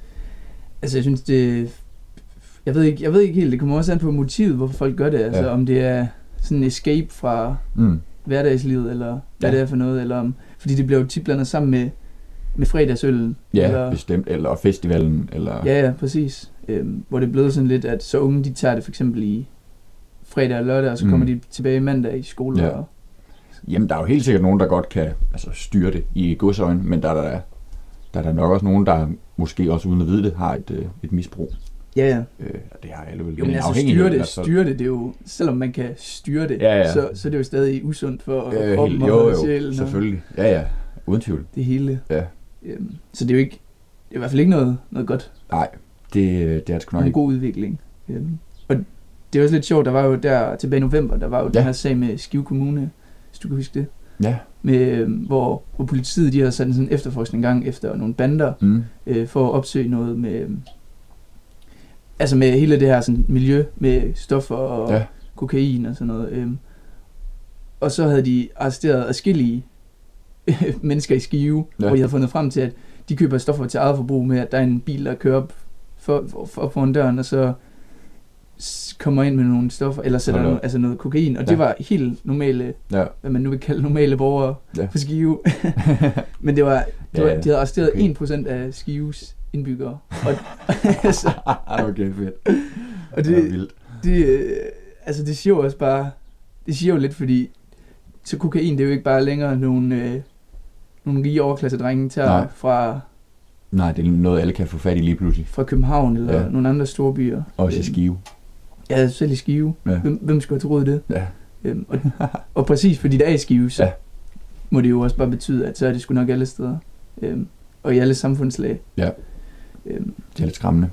altså jeg synes det, jeg ved ikke, jeg ved ikke helt, det kommer også an på motivet, hvorfor folk gør det. Altså Ja. om det er sådan en escape fra Mm. hverdagslivet, eller hvad Ja. det er for noget, eller om, fordi det bliver jo tit blandet sammen med, med fredagsøllen. Ja, eller, bestemt. Eller festivalen. Eller... ja, ja, præcis. Øhm, hvor det er blevet sådan lidt, at så unge, de tager det for eksempel i fredag og lørdag, og så Mm. kommer de tilbage mandag i skole. Ja. Og, Jamen, der er jo helt sikkert nogen, der godt kan altså, styre det i godsøjne, men der er der, der er der nok også nogen, der måske også uden at vide det, har et, øh, et misbrug. ja, ja. Øh, og det har alle vel. Jo, men en altså afhængighed, styre det, altså. styre det, det er jo, selvom man kan styre det, Ja, ja. Så, så er det jo stadig usundt for Øh, kroppen helt, og jo, jo, sjælen og selvfølgelig. Ja, ja. Uden tvivl. det hele. Ja. Øhm, så det er jo ikke, det er i hvert fald ikke noget, noget godt, Nej, det, det er det sgu nok en ikke. god udvikling. Øhm, og det er også lidt sjovt, der var jo der tilbage i november, der var jo ja. den her sag med Skive Kommune, hvis du kan huske det, Ja. med, øhm, hvor, hvor politiet de har sat en sådan efterforskning i gang efter nogle bander, Mm. øh, for at opsøge noget med, øhm, altså med hele det her sådan, miljø med stoffer og Ja. kokain og sådan noget. Øhm, og så havde de arresteret adskillige mennesker i Skive, Ja. hvor de havde fundet frem til, at de køber stoffer til eget forbrug med, at der er en bil, der kører op for, for, for, foran døren, og så s- kommer ind med nogle stoffer, eller sætter Hold op. noget, altså noget kokain, og Ja. det var helt normale, Ja. hvad man nu vil kalde normale borgere Ja. på Skive. Men det var, det var Ja, ja. de havde arresteret Okay. en procent af Skives indbyggere. Og, altså, Okay, fedt. og Det er det, vildt. det, øh, altså det siger jo også bare, det siger jo lidt, fordi så kokain, det er jo ikke bare længere nogle, øh, nogle rige overklassedrenge tager Nej. fra, Nej, det er noget, alle kan få fat i lige pludselig. fra København eller Ja. ja. nogle andre store byer. Også i Øhm, Skive. Ja, selv i Skive. Ja. Hvem, hvem skulle have troet det? Ja. Øhm, og, og præcis fordi det er i Skive, så Ja. ja. må det jo også bare betyde, at så er det sgu nok alle steder. Øhm, og i alle samfundslag. Ja. Øhm, Det er lidt skræmmende.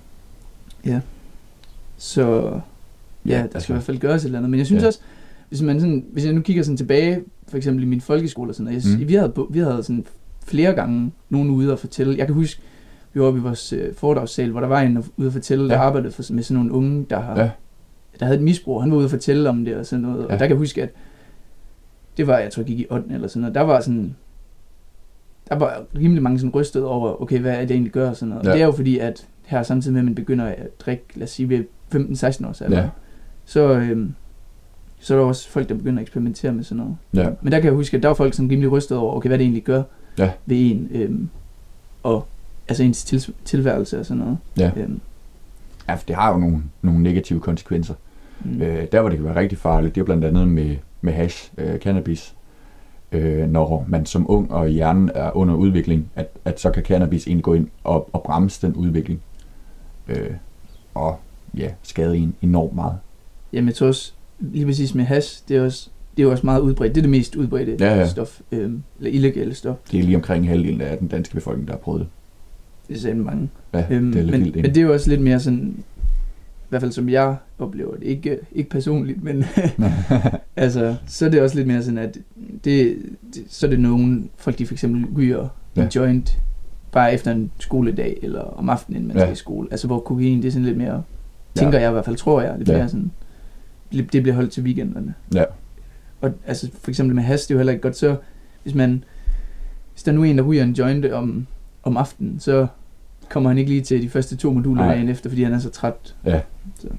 så ja, der skal altså, i hvert fald gøres et eller andet. Men jeg synes Ja. også, hvis man sådan, hvis jeg nu kigger sådan tilbage, for eksempel i min folkeskole og sådan noget, jeg, Mm. vi, havde, på- vi havde sådan flere gange nogen ude og fortælle. Jeg kan huske, vi var oppe i vores øh, foredragssal, hvor der var en ude at fortælle, der Ja. arbejdede for, med sådan nogle unge, der har Ja. der havde et misbrug. Han var ude at fortælle om det og sådan noget. Ja. Ja. Og der kan jeg huske, at det var, jeg tror, jeg gik i ottende eller sådan noget. Der var sådan, der var rimelig mange sådan rystet over, okay, hvad er det, jeg egentlig gør og sådan noget. Ja. Ja. Og det er jo fordi, at her samtidig med, at man begynder at drikke, lad os sige, ved femten seksten års alder, Ja. så, øhm, så er der også folk, der begynder at eksperimentere med sådan noget. Ja. Men der kan jeg huske, at der var folk sådan rimelig rystet over, okay, hvad det egentlig gør Ja. ved en, øhm, og altså ens til, tilværelse og sådan noget. Ja. Øhm, Ja, for det har jo nogle, nogle negative konsekvenser. mm. Øh, der, hvor det kan være rigtig farligt, det er blandt andet med, med hash, øh, cannabis. Øh, når man som ung og hjernen er under udvikling, at, at så kan cannabis egentlig gå ind og, og bremse den udvikling. Øh, og ja, skade en enormt meget. Jamen jeg tror også, lige præcis med hash, det er også, det er også meget udbredt. Det er det mest udbredte Ja, ja. stof, øhm, eller illegale stof. Det er lige omkring halvdelen af den danske befolkning, der har prøvet det. Det er sådan mange. Ja, Øhm, det er lidt men, vildt. men det er jo også lidt mere sådan, i hvert fald som jeg oplever det, ikke, ikke personligt, men altså, så er det også lidt mere sådan, at det, det, så er det nogen, folk de for eksempel ryger Ja. en joint, bare efter en skoledag, eller om aftenen, inden man Ja. skal i skole. Altså hvor kokain, det er sådan lidt mere, tænker jeg i hvert fald, tror jeg, det Ja. bliver sådan, det bliver holdt til weekenderne. Ja. Og altså for eksempel med hash, det er jo heller ikke godt, så hvis man, hvis der nu er en, der ryger en joint om, om aftenen, så kommer han ikke lige til de første to moduler Nej. dagen efter, fordi han er så træt. Ja. Så.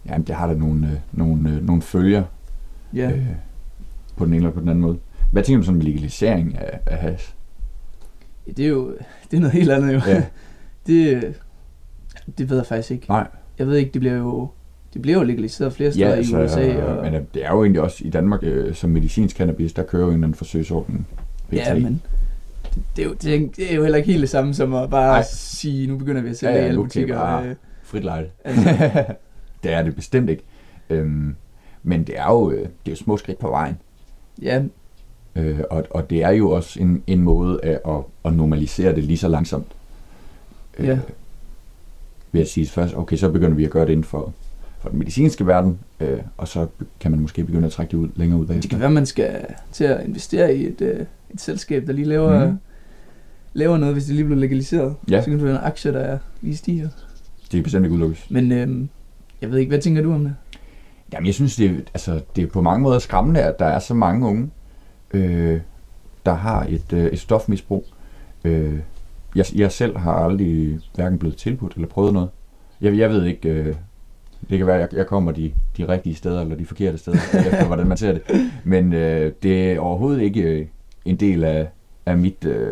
jamen, det har da nogle, øh, nogle, øh, nogle følger Ja. øh, på den ene eller på den anden måde. Hvad tænker du sådan med legalisering af, af hash? Ja, det er jo det er noget helt andet jo. Ja. det, det ved jeg faktisk ikke. Nej. Jeg ved ikke, det bliver jo, det bliver jo legaliseret flere steder Ja, i altså, U S A. Og... men det er jo egentlig også i Danmark, øh, som medicinsk cannabis, der kører jo en eller anden forsøgsordning. Ja, men det, det, er jo, det, det er jo heller ikke helt det samme som at bare Ej. sige, nu begynder vi at sælge ja, ja, ja, i alle okay, butikker. bare Øh, frit lejde. altså. Det er det bestemt ikke. Øhm, men det er jo, det er jo små skridt på vejen. Ja. Øh, og, og det er jo også en, en måde af at, at normalisere det lige så langsomt. Øh, Ja. Ved at sige først, okay, så begynder vi at gøre det inden for, for den medicinske verden, øh, og så kan man måske begynde at trække det ud, længere ud bagefter. Det kan være, man skal til at investere i et, øh, et selskab, der lige laver, mm. laver noget, hvis det lige bliver legaliseret. Ja. Så kan det være en aktie, der lige stiger. Det er bestemt ikke udelukkes. Men øh, jeg ved ikke, hvad tænker du om det? Jamen, jeg synes, det er, altså, det er på mange måder skræmmende, at der er så mange unge, øh, der har et, øh, et stofmisbrug. Øh, jeg, jeg selv har aldrig hverken blevet tilbudt eller prøvet noget. Jeg, jeg ved ikke, øh, det kan være, at jeg, jeg kommer de, de rigtige steder eller de forkerte steder, efter hvordan man ser det. Men øh, det er overhovedet ikke øh, en del af, af mit øh,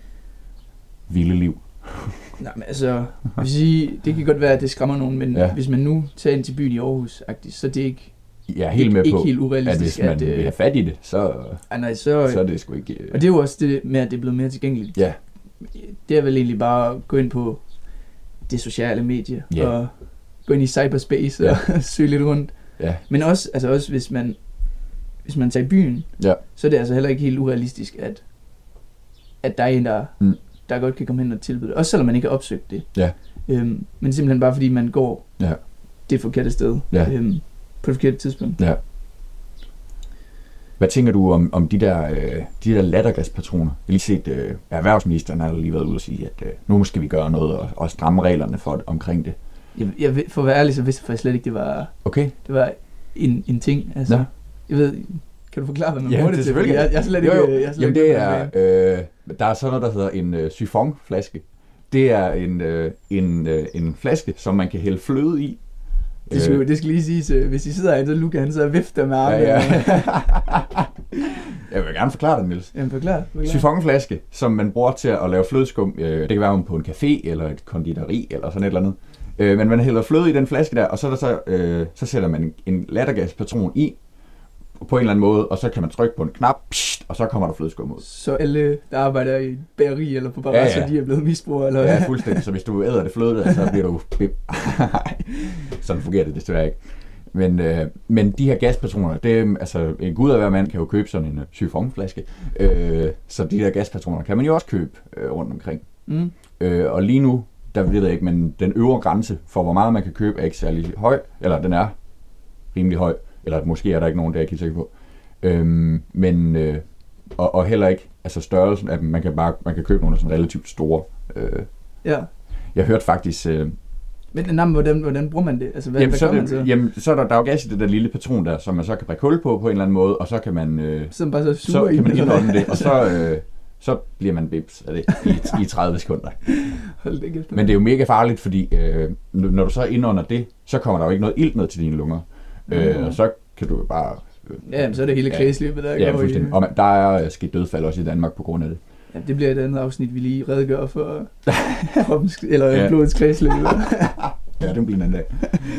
vilde liv. Nej, men altså, jeg vil sige, det kan godt være, at det skræmmer nogen, men ja. Hvis man nu tager ind til byen i Aarhus, så det er ikke, jeg er helt med ikke på, helt urealistisk, at hvis man at, vil have fat i det, så, ej, nej, så, så er det sgu ikke... Og det er jo også det med, at det er blevet mere tilgængeligt. Ja. Det er vel egentlig bare at gå ind på det sociale medie, ja. og gå ind i cyberspace ja. og søge lidt rundt. Ja. Men også, altså også hvis man hvis man tager i byen, ja. så er det altså heller ikke helt urealistisk, at, at der er en, der, mm. der godt kan komme hen og tilbyde det. Også selvom man ikke har opsøgt det. Ja. Øhm, men simpelthen bare fordi man går ja. det forkerte sted. Ja. Øhm, på det forkerte tidspunkt. Ja. Hvad tænker du om, om de der, øh, de der lattergaspatroner? Jeg har lige set, øh, erhvervsministeren har lige været ude og sige, at øh, nu skal vi gøre noget og, og stramme reglerne for, omkring det. Jeg, jeg, for at være ærlig, så vidste jeg faktisk slet ikke, det var, okay. det var en, en ting. Altså, ja. Jeg ved, kan du forklare, hvad man ja, bruger det, det til? Jeg, jeg er slet jo, jo. ikke... Jeg er slet Jamen ikke det er, øh, der er sådan noget, der hedder en øh, syfonflaske. Det er en, øh, en, øh, en flaske, som man kan hælde fløde i. Det skal, det skal lige siges, hvis I sidder herinde, så Luca han så vifter med armen. Ja, ja. Jeg vil gerne forklare det, Niels. Jamen forklar. forklar. Syfonflaske, som man bruger til at lave flødeskum. Det kan være på en café eller et konditori eller sådan et eller andet. Men man hælder fløde i den flaske der, og så, er der så, øh, så sætter man en lattergaspatron i på en eller anden måde, og så kan man trykke på en knap, pssst, og så kommer der flødeskum ud. Så alle, der arbejder i bageri eller på barrage, ja, ja. de er blevet misbrugere? Eller ja, fuldstændig. Så hvis du æder det fløde der, så bliver du... Sådan fungerer det desværre ikke. Men, øh, men de her gaspatroner, det, altså en gud af hver mand kan jo købe sådan en uh, syfonflaske. Øh, så de her gaspatroner kan man jo også købe øh, rundt omkring. Mm. Øh, og lige nu, der ved jeg ikke, men den øvre grænse for, hvor meget man kan købe, er ikke særlig høj. Eller den er rimelig høj. Eller måske er der ikke nogen, der er ikke helt sikker på. Øhm, men, øh, og, og heller ikke, altså størrelsen af dem, man kan bare, man kan købe nogle sådan relativt store. Øh. Ja. Jeg hørte faktisk... Øh, men jamen, hvordan, hvordan bruger man det? Altså, hvad, jamen, hvad så gør det, man så? Jamen, så er der, der er jo gas i det der lille patron der, som man så kan prikke hul på på en eller anden måde, og så kan man... Øh, så bare så, så kan man indånde det, og så... Øh, så bliver man bips af det i, i tredive sekunder. Hold det ikke. Men det er jo mega farligt, fordi øh, når du så indånder det, så kommer der jo ikke noget ilt ned til dine lunger. Mm. Øh, og så kan du bare... Øh, ja, men så er det hele kredsløbet, der ja, går i... Og man, der er sket dødsfald også i Danmark på grund af det. Ja, det bliver et andet afsnit, vi lige redegør for kroppens, eller ja. blodets kredsløb. Ja, det bliver en anden dag.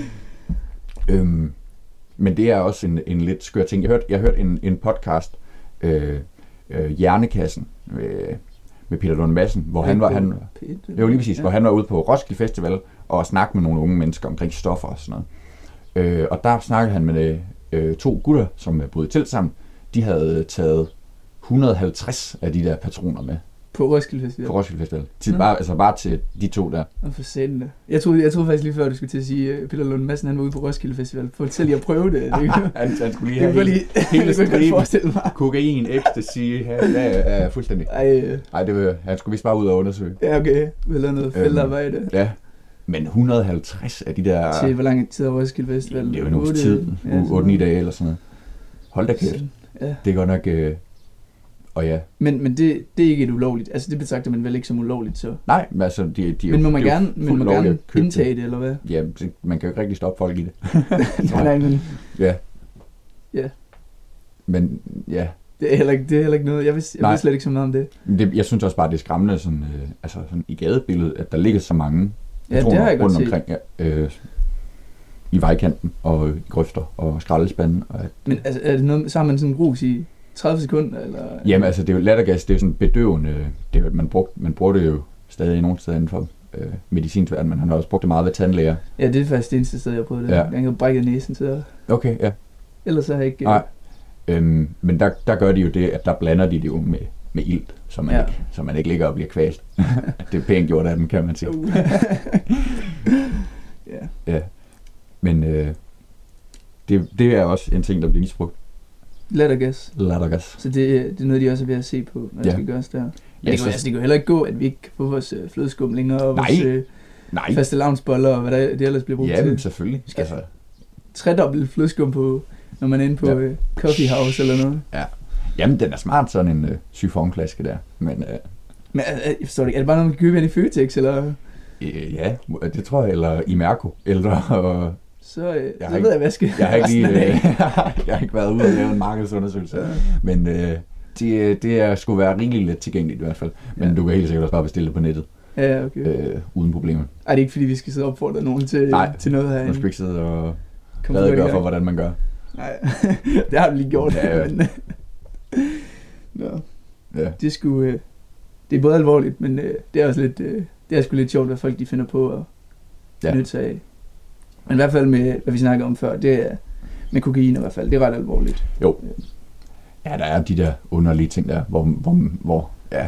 øhm, men det er også en, en lidt skør ting. Jeg hørte, jeg hørte en, en podcast, øh, øh, Hjernekassen, med, med Peter Lund Madsen, hvor han var, han, jo, lige præcis, ja. hvor han var ude på Roskilde Festival og snakke med nogle unge mennesker omkring stoffer og sådan noget. Øh, og der snakkede han med øh, to gutter, som boede i telt sammen. De havde taget et hundrede og halvtreds af de der patroner med. På Roskilde Festival? På Roskilde Festival. Til, bare, altså bare til de to der. Og for sendende. Jeg troede, jeg troede faktisk lige før, du skulle til at sige, at Peter Lund Madsen han var ude på Roskilde Festival. For selv lige at prøve det. det han, han skulle lige have hele, lige, hele striben. Kokain, ecstasy, ja, ja, ja, fuldstændig. Ej, Ej det var, han skulle vist bare ud og undersøge. Ja, okay. Vi lavede noget feltarbejde. Øhm, ja. Men et hundrede og halvtreds af de der... Til hvor lang tid er Roskilde Festival? Det er jo en uges tid. otte ni dage eller sådan noget. Hold da kæft. Ja. Det er godt nok... Øh, Og ja. Men, men det, det er ikke et ulovligt. Altså det betragter man vel ikke som ulovligt, så. Nej, men altså de, de men må jo, man de gerne, men må gerne indtage det. det, eller hvad? Ja, det, man kan jo ikke rigtig stoppe folk i det. nej, nej, men... Ja. Ja. Men, ja. Det er heller ikke, det er heller ikke noget, jeg ved, jeg ved slet ikke så meget om det. det. Jeg synes også bare, det er skræmmende sådan, øh, altså sådan i gadebilledet, at der ligger så mange ja, det har jeg rundt godt omkring, ja, øh, i vejkanten og i grøfter og skraldespanden. Og at, men altså, er det noget, så har man sådan en rus i tredive sekunder? Eller? Jamen altså, det er jo lattergas, det er jo sådan bedøvende, det er jo, man, brugt, man bruger det jo stadig nogle steder inden for øh, medicinsverden, men han har også brugt det meget ved tandlæger. Ja, det er faktisk det eneste sted, jeg har prøvet det. Ja. Jeg har brækket næsen til det. Okay, ja. Ellers har jeg ikke... Nej, øhm, men der, der gør de jo det, at der blander de det jo med, med ilt, så man, ja. ikke, så man ikke ligger og bliver kvalt. Det er pænt gjort af dem, kan man sige. ja. Ja, men øh, det, det er også en ting, der bliver misbrugt. Lattergas. Lattergas. Så det, det er noget, de også er ved at se på, hvad ja. der skal gøres der. Men ja, det, kan, altså, det kan jo heller ikke gå, at vi ikke kan få vores øh, flødeskum længere, og nej. vores øh, nej. faste lavnsboller, og hvad der, det ellers bliver brugt ja, til. Jamen, selvfølgelig. Skal altså. tredobbelt flødeskum på, når man er inde på ja. øh, Coffee House eller noget. Ja. Jamen, den er smart, sådan en øh, syfonflaske der. Men, øh, Men øh, jeg forstår ikke, er det bare noget, man kan købe ind i Føtex, eller? Øh, ja, det tror jeg, eller i Mærko, eller... Og så øh, jeg så ved jeg, hvad skal jeg har ikke lige, øh, jeg har ikke været ude og lave en markedsundersøgelse, ja. men øh, det, det er skulle være rigtig let tilgængeligt i hvert fald. Men ja. Du kan helt sikkert også bare bestille det på nettet. Ja, okay. Øh, uden problemer. Ej, det er ikke fordi, vi skal sidde og opfordre nogen til, Nej, til noget herinde. Nej, skal ikke sidde og redegøre for, hvordan man gør. Nej, det har du lige gjort. Ja, ja. Men, Nå. Ja. Det er sgu, øh, det er både alvorligt, men øh, det er også lidt, øh, det er sgu lidt sjovt, hvad folk de finder på at ja. nytte sig af. Men i hvert fald med, hvad vi snakkede om før, det er med kokain i hvert fald, det er ret alvorligt. Jo. Ja, der er de der underlige ting der, hvor, hvor, hvor ja,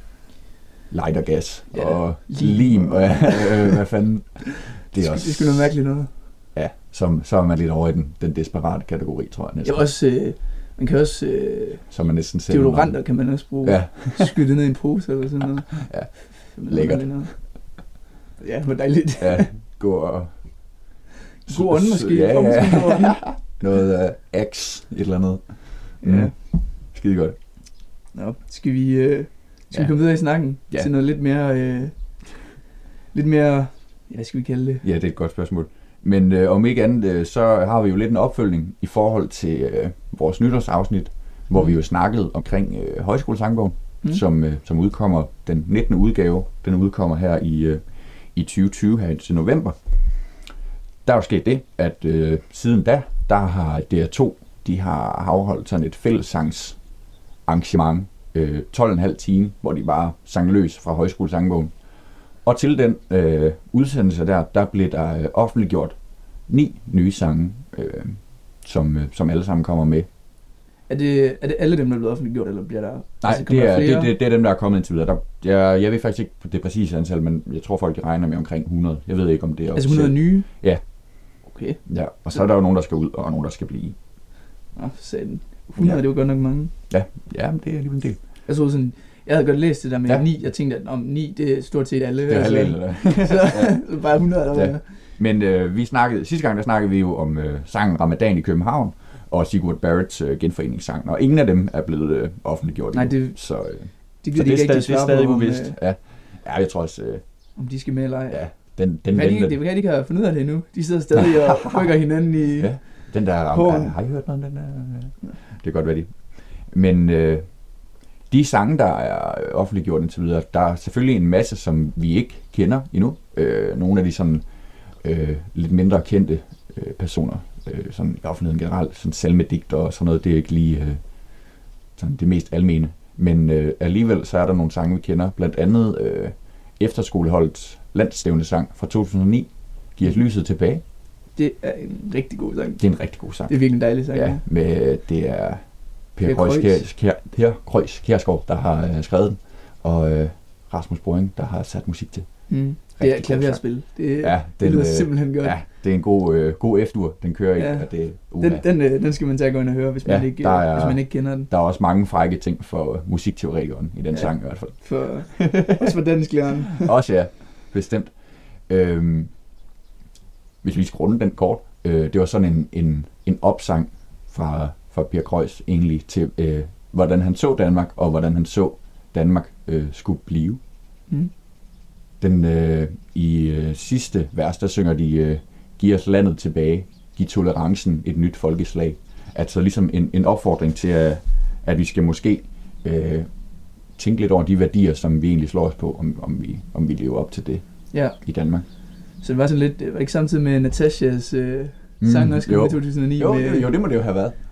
lightergas ja, og lim, og, ja, øh, hvad fanden. Det er også... Det er sgu noget mærkeligt noget. Ja, så, så er man lidt over i den, den desperate kategori, tror jeg næsten. Det er også, øh, man kan også... Øh, så man næsten selv... deodoranter kan man også bruge. Ja. Skyde ned i en pose eller sådan noget. Ja, lækkert. Ja, hvor dejligt. Ja, gå og... God ånd måske. Ja, ja. Noget af uh, X, et eller andet. Mm. Ja. Skide godt. Nå, skal vi, øh, skal ja. vi komme videre i snakken? Ja. Til noget lidt mere... Øh, lidt mere... Ja, hvad skal vi kalde det? Ja, det er et godt spørgsmål. Men øh, om ikke andet, øh, så har vi jo lidt en opfølgning i forhold til øh, vores nytårsafsnit, mm. hvor vi jo snakkede omkring øh, Højskolesangbogen, mm. som, øh, som udkommer den nittende udgave. Den udkommer her i, øh, i tyve tyve, her til november. Der er jo sket det, at øh, siden da, der har D R to, de har afholdt sådan et fællessangsarrangement, øh, tolv komma fem time, hvor de bare sang løs fra Højskolesangbogen. Og til den øh, udsendelse der, der blev der øh, offentliggjort ni nye sange, øh, som, øh, som alle sammen kommer med. Er det, er det alle dem, der er blevet offentliggjort, eller bliver der... Nej, altså, det, er, det, det, det er dem, der er kommet indtil videre. Der, jeg, jeg ved faktisk ikke det præcise antal, men jeg tror folk de regner med omkring hundrede. Jeg ved ikke, om det er... Altså hundrede nye? Ja. Okay. Ja, og så er der jo nogen, der skal ud, og nogen, der skal blive. Nå, for satan. hundrede, ja. Det er jo godt nok mange. Ja, ja, men det er alligevel en del. Jeg så sådan... Jeg havde godt læst det der med ja. ni. Jeg tænkte, at om ni, det er stort set alle. Det er altså. alle, så, så bare hundrede, der ja. Men øh, vi snakkede, sidste gang der snakkede vi jo om øh, sangen Ramadan i København, og Sigurd Barretts øh, genforeningssang, og ingen af dem er blevet øh, offentliggjort. Nej, det, så, øh, det, så det, det, det, det er stadig uvist. Øh, ja. ja, jeg tror også... Øh, om de skal med eller ej. Ja, den, den det, kan de, det kan de ikke have fundet ud af det endnu. De sidder stadig og rykker hinanden i... Ja, den der... Ja, har I hørt noget om den der? Ja. Det kan godt være de. Men... Øh, de sange, der er offentliggjort indtil videre, der er selvfølgelig en masse, som vi ikke kender endnu. Øh, nogle af de sådan, øh, lidt mindre kendte øh, personer, øh, sådan i offentligheden generelt, sådan salmedigter og sådan noget, det er ikke lige øh, sådan det mest almene. Men øh, alligevel så er der nogle sange, vi kender. Blandt andet øh, Efterskoleholdets landsstævnesang fra to tusind og ni, Giv os lyset tilbage. Det er en rigtig god sang. Det er en rigtig god sang. Det er virkelig en dejlig sang. Ja, med, det er... Per Kreuz Kjær, Kjær, Kjærsgaard, der har øh, skrevet den, og øh, Rasmus Brøing, der har sat musik til. Mm. Det er klaverspil. Det, ja, det lyder simpelthen godt. Ja, det er en god, øh, god F-dur, den kører ja. i. Det, uh, den, den, øh, den skal man tage gå ind og høre, hvis, ja, man ikke, er, hvis man ikke kender den. Der er også mange frække ting for uh, musikteoretikeren i den ja. sang i hvert fald. For, også for dansklæreren. Også ja, bestemt. Øhm, hvis vi skal runde den kort, øh, det var sådan en, en, en opsang fra... fra Per Kreuz egentlig til, øh, hvordan han så Danmark, og hvordan han så Danmark øh, skulle blive. Mm. Den, øh, I øh, sidste vers, der synger de, øh, giv os landet tilbage, giv tolerancen et nyt folkeslag. Altså ligesom en, en opfordring til, at, at vi skal måske øh, tænke lidt over de værdier, som vi egentlig slår os på, om, om, vi, om vi lever op til det ja. i Danmark. Så det var sådan lidt, det var ikke samtidig med Natashas øh, sang mm, også i to tusind og ni? Jo, med, jo, jo, det må det jo have været.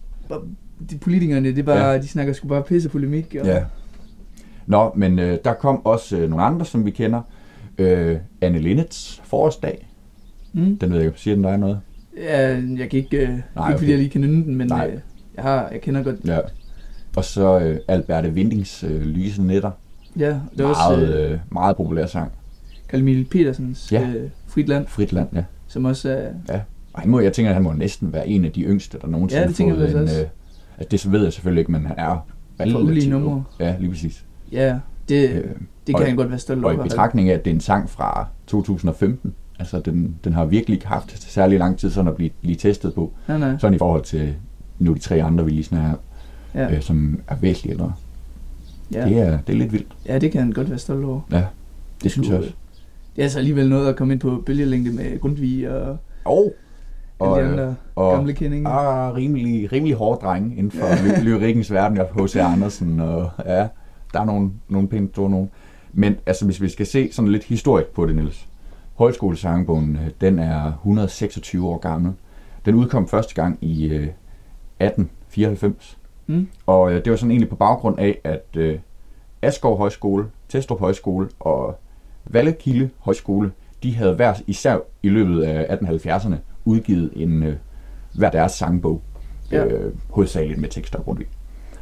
De politikerne, det er bare, ja. de snakker sgu bare pisse polemik. Og... Ja. Nå, men øh, der kom også øh, nogle andre, som vi kender. Øh, Anne Linnets forårsdag. Mm. Den ved jeg ikke, siger den dig noget? Ja, jeg kan ikke, øh, Nej, ikke okay. fordi jeg lige kan nynde den, men øh, jeg, har, jeg kender godt. Ja. Og så øh, Alberte Windings øh, Lyse Nætter. Ja, det var meget, også øh, øh, meget populær sang. Carl Emil Petersens ja. øh, Frit Land. Frit Land, ja. Som også er... Ja. Og han må, jeg tænker, at han må næsten være en af de yngste, der nogensinde ja, det tænker har fået jeg en... også. Øh, altså, det så ved jeg selvfølgelig ikke, men han er relativt ulige numre. Ja, lige præcis. Ja, det, øh, det kan og, han godt være stolt over. Og i betragtning af, at det er en sang fra to tusind og femten, altså den, den har virkelig ikke haft særlig lang tid sådan at blive, blive testet på. Nej, nej. Sådan i forhold til nu de tre andre, vi lige snakker ja. øh, som er væsentligt ældre. Ja. Det, er, det er lidt vildt. Ja, det kan han godt være stolt over. Ja, det synes jeg også. Det er altså alligevel noget at komme ind på bølgelængde med Grundtvig og... Oh. Og de andre og, gamle kendinger. Og rimelig, rimelig hårde drenge inden for ly- lyrikkens verden. Jeg H C Andersen, og ja, der er nogle, nogle pænt store nogen. Men altså, hvis vi skal se sådan lidt historisk på det, Niels. Højskolesangbogen, den er et hundrede og seksogtyve år gammel. Den udkom første gang i øh, atten fireoghalvfems. Mm. Og øh, det var sådan egentlig på baggrund af, at øh, Askov Højskole, Testrup Højskole og Vallekilde Højskole, de havde hver især i løbet af atten halvfjerdserne udgivet en øh, hver deres sangbog, ja. øh, hovedsageligt med tekster af Grundtvig.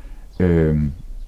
Øh,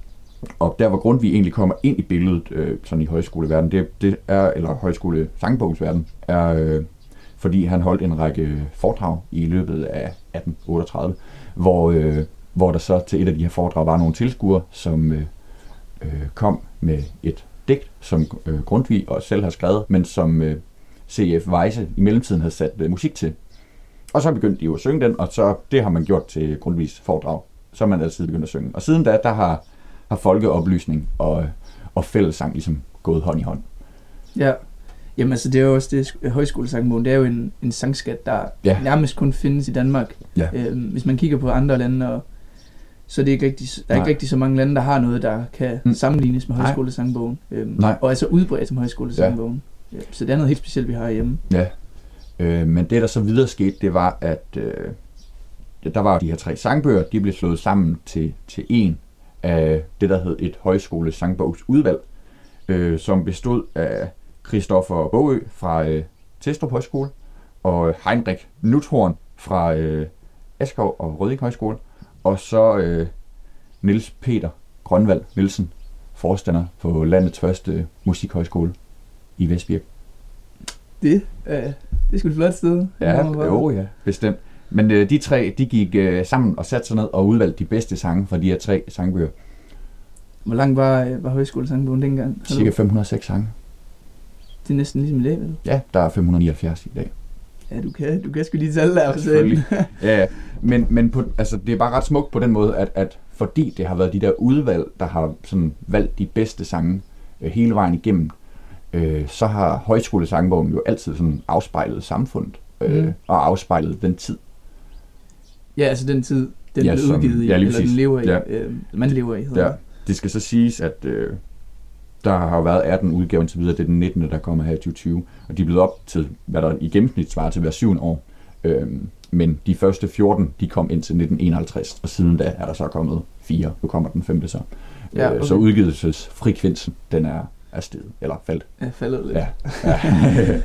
og der hvor Grundtvig egentlig kommer ind i billedet, øh, sådan i højskoleverdenen, det, det er, eller højskole-sangbogsverden, er øh, fordi han holdt en række foredrag i løbet af atten otteogtredive, hvor, øh, hvor der så til et af de her foredrag var nogle tilskuere, som øh, øh, kom med et digt, som øh, Grundtvig også selv har skrevet, men som øh, C F Weisse i mellemtiden havde sat øh, musik til. Og så begyndte de jo at synge den, og så det har man gjort til Grundtvigs foredrag. Så har man altid begyndt at synge. Og siden da, der har, har folkeoplysning og, og fællessang ligesom gået hånd i hånd. Ja, jamen altså det er jo også det, højskolesangbogen, det er jo en, en sangskat, der ja. nærmest kun findes i Danmark. Ja. Øhm, hvis man kigger på andre lande, og, så er det ikke rigtig, der er Nej. ikke rigtig så mange lande, der har noget, der kan mm. sammenlignes med højskolesangbogen. Øhm, Nej. Og altså udbredt som højskolesangbogen. Ja. Ja, så det er noget helt specielt, vi har hjemme. Ja, øh, men det der så videre skete, det var, at øh, der var de her tre sangbøger, de blev slået sammen til, til en af det, der hed et højskolesangbogsudvalg, øh, som bestod af Christoffer Bogø fra øh, Testrup Højskole, og Heinrich Nuthorn fra øh, Askov og Rødding Højskole, og så øh, Niels Peter Grønvald Nielsen, forstander på landets første musikhøjskole i Vestbirk. Det, øh, det er sgu et flot sted. Ja, jo ja, bestemt. Men øh, de tre, de gik øh, sammen og satte sig ned og udvalgte de bedste sange fra de her tre sangbøger. Hvor lang var, øh, var højskolesangbogen dengang? Cirka fem hundrede og seks sange. Det er næsten ligesom i dag, vel? Ja, der er fem hundrede og nioghalvfjerds i dag. Ja, du kan, du kan sgu lige tale der. Selvfølgelig. Ja, ja. Men, men på, altså, det er bare ret smukt på den måde, at, at fordi det har været de der udvalg, der har sådan valgt de bedste sange øh, hele vejen igennem, øh, så har højskolesangbogen jo altid sådan afspejlet samfundet øh, mm. og afspejlet den tid. Ja, altså den tid, den ja, blev som, udgivet i, ja, eller den lever i, ja. øh, man lever i. Hedder. Ja, det skal så siges, at øh, der har jo været atten udgaver indtil videre, det er den nittende, der kommer her i tyve tyve, og de er blevet op til, hvad der i gennemsnit svarer til hver syvende år. Øhm, men de første fjorten, de kom ind til nitten enoghalvtreds, og siden da er der så kommet fire, nu kommer den femte så. Ja, okay. øh, så udgivelsesfrekvensen, den er, er steget, eller faldt. Ja, faldet lidt. Ja. ja.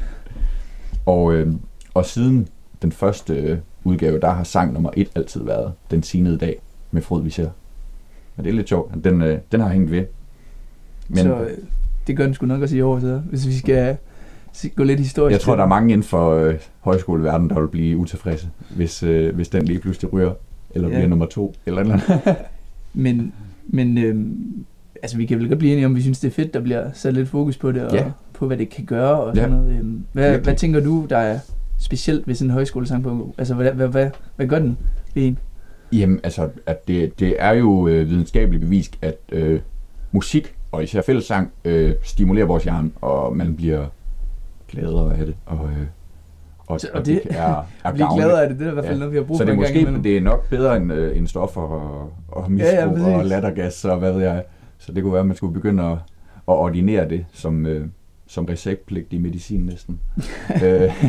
og, øh, og siden den første udgave, der har sang nummer et altid været Den Sinede Dag med Frod vi ser. Men det er lidt sjovt, den, øh, den har hængt ved. Men, så øh, det gør den sgu nok også i år, så hvis vi skal gå lidt historisk. Jeg tror, der er mange inden for øh, højskoleverdenen, der vil blive utilfredse, hvis, øh, hvis den lige pludselig ryger, eller ja. bliver nummer to, eller eller andet. men men øh, altså, vi kan vel godt blive enige om, vi synes, det er fedt, der bliver sat lidt fokus på det, og ja. på, hvad det kan gøre, og sådan ja. noget. Øh, hvad, hvad tænker du, der er specielt ved sådan en højskolesangbog? Altså, hvad, hvad, hvad, hvad gør den ved en? Jamen, altså, at det, det er jo øh, videnskabeligt bevist, at øh, musik, og især fællessang, øh, stimulerer vores hjerne, og man bliver gladere af det, og, øh, og, Så, og, og det, det er, er blive gavnligt. gladere af det, det er i hvert fald Ja. noget, vi har brug Så for det er en gang måske imellem. det er nok bedre end, øh, end stoffer og, og misbrug Ja, ja, præcis. og lattergas og hvad ved jeg. Så det kunne være, at man skulle begynde at, at ordinere det som, øh, som receptpligtig medicin næsten. øh,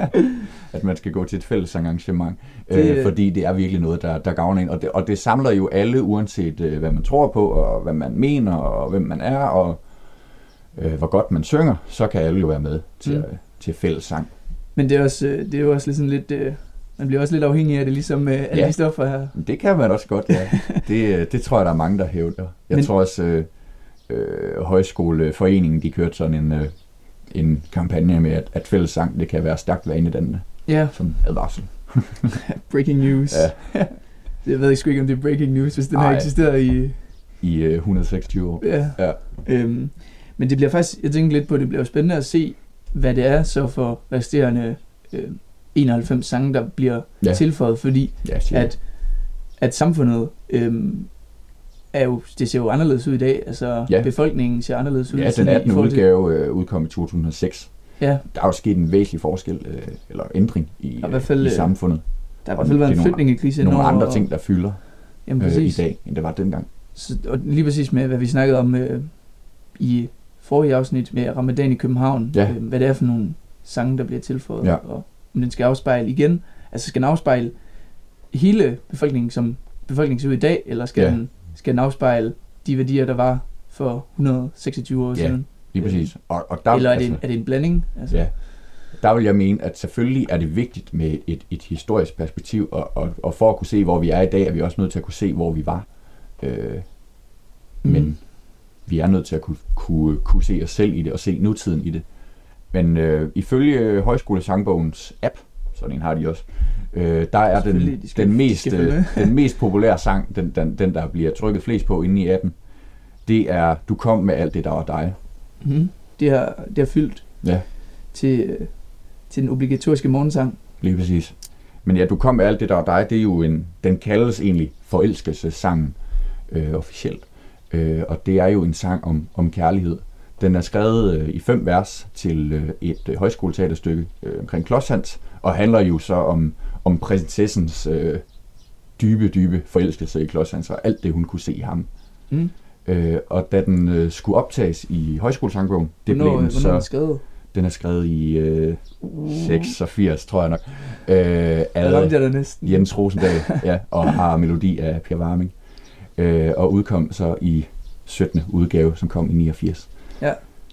at man skal gå til et fællessangarrangement. Det- Øh, fordi det er virkelig noget, der, der gavner en. Og det, og det samler jo alle, uanset øh, hvad man tror på, og hvad man mener, og hvem man er, og øh, hvor godt man synger, så kan alle jo være med til, Mm. mm. til fællessang. Men det er, også, øh, det er jo også lidt sådan lidt... Øh, man bliver også lidt afhængig af det, ligesom øh, alle Ja. de stoffer her. Det kan man også godt, ja. det, øh, det tror jeg, der er mange, der hævder. Jeg Men- Men... tror også, øh, øh, Højskoleforeningen, de kørte sådan en, øh, en kampagne med, at, at fællessang, det kan være stærkt vanedannende, Ja, som advarsel. breaking news. Ja. Jeg ved sgu ikke, om det er breaking news, hvis den har Ej. eksisteret i... I øh, et hundrede og seksogtyve år. Ja. Ja. Øhm, men det bliver faktisk, jeg tænker lidt på, det bliver jo spændende at se, hvad det er så for resterende øh, enoghalvfems sange, der bliver Ja. tilføjet, fordi Ja, siger at, at samfundet øhm, er jo, det ser jo anderledes ud i dag, altså Ja. befolkningen ser anderledes ud. ja, den sådan i attende forhold til- udgave øh, udkom i to tusind og seks. Ja, Der er jo sket en væsentlig forskel, øh, eller ændring i, Og i hvert fald, i øh, samfundet. der har i Og hvert fald været det en er nogle- flygtningekrise. Nogle indover, andre og- ting, der fylder Jamen øh, i præcis. dag, end det var dengang. Så, og lige præcis med, hvad vi snakkede om øh, i forrige afsnit med Ramadan i København, Ja. øh, hvad det er for nogle sange, der bliver tilføjet, Ja. og om den skal afspejle igen, altså skal den afspejle hele befolkningen, som befolkningen ser ud i dag, eller skal, Ja. den, skal den afspejle de værdier, der var for et hundrede og seksogtyve år Ja, siden? Lige præcis. Og, og der, Eller er det, altså, en, er det en blanding? Altså, Ja, der vil jeg mene, at selvfølgelig er det vigtigt med et, et historisk perspektiv, og, og, og for at kunne se, hvor vi er i dag, er vi også nødt til at kunne se, hvor vi var. Øh, Mm. Men vi er nødt til at kunne, kunne, kunne se os selv i det, og se nutiden i det. Men øh, ifølge Højskolesangbogens app, sådan en har de også, øh, der er den, Selvfølgelig, de skal- den, de mest, skal følge øh, med. den mest populære sang, den, den, den der bliver trykket flest på inde i appen, det er Du kom med alt det, der var dig. Mm. Det, har, det har fyldt Ja. til, øh, til den obligatoriske morgensang. Lige præcis. Men ja, Du kom med alt det, der var dig, det er jo en, den kaldes egentlig forelskelsessangen øh, officielt. Øh, og det er jo en sang om, om kærlighed. Den er skrevet øh, i fem vers til øh, et øh, højskoleteaterstykke øh, omkring Klodshans, og handler jo så om, om prinsessens øh, dybe, dybe forelskelse i Klodshans, og alt det, hun kunne se i ham. Mm. Øh, og da den øh, skulle optages i Højskolesangbogen, det Hvornår, blev den hvornår er den så... skrevet? Den er skrevet i øh, seksogfirs, tror jeg nok. Øh, Jeg af ramte jeg der næsten. Jens Rosendal, ja, og har melodi af Per Warming. Øh, og udkom så i syttende udgave, som kom i niogfirs. Ja.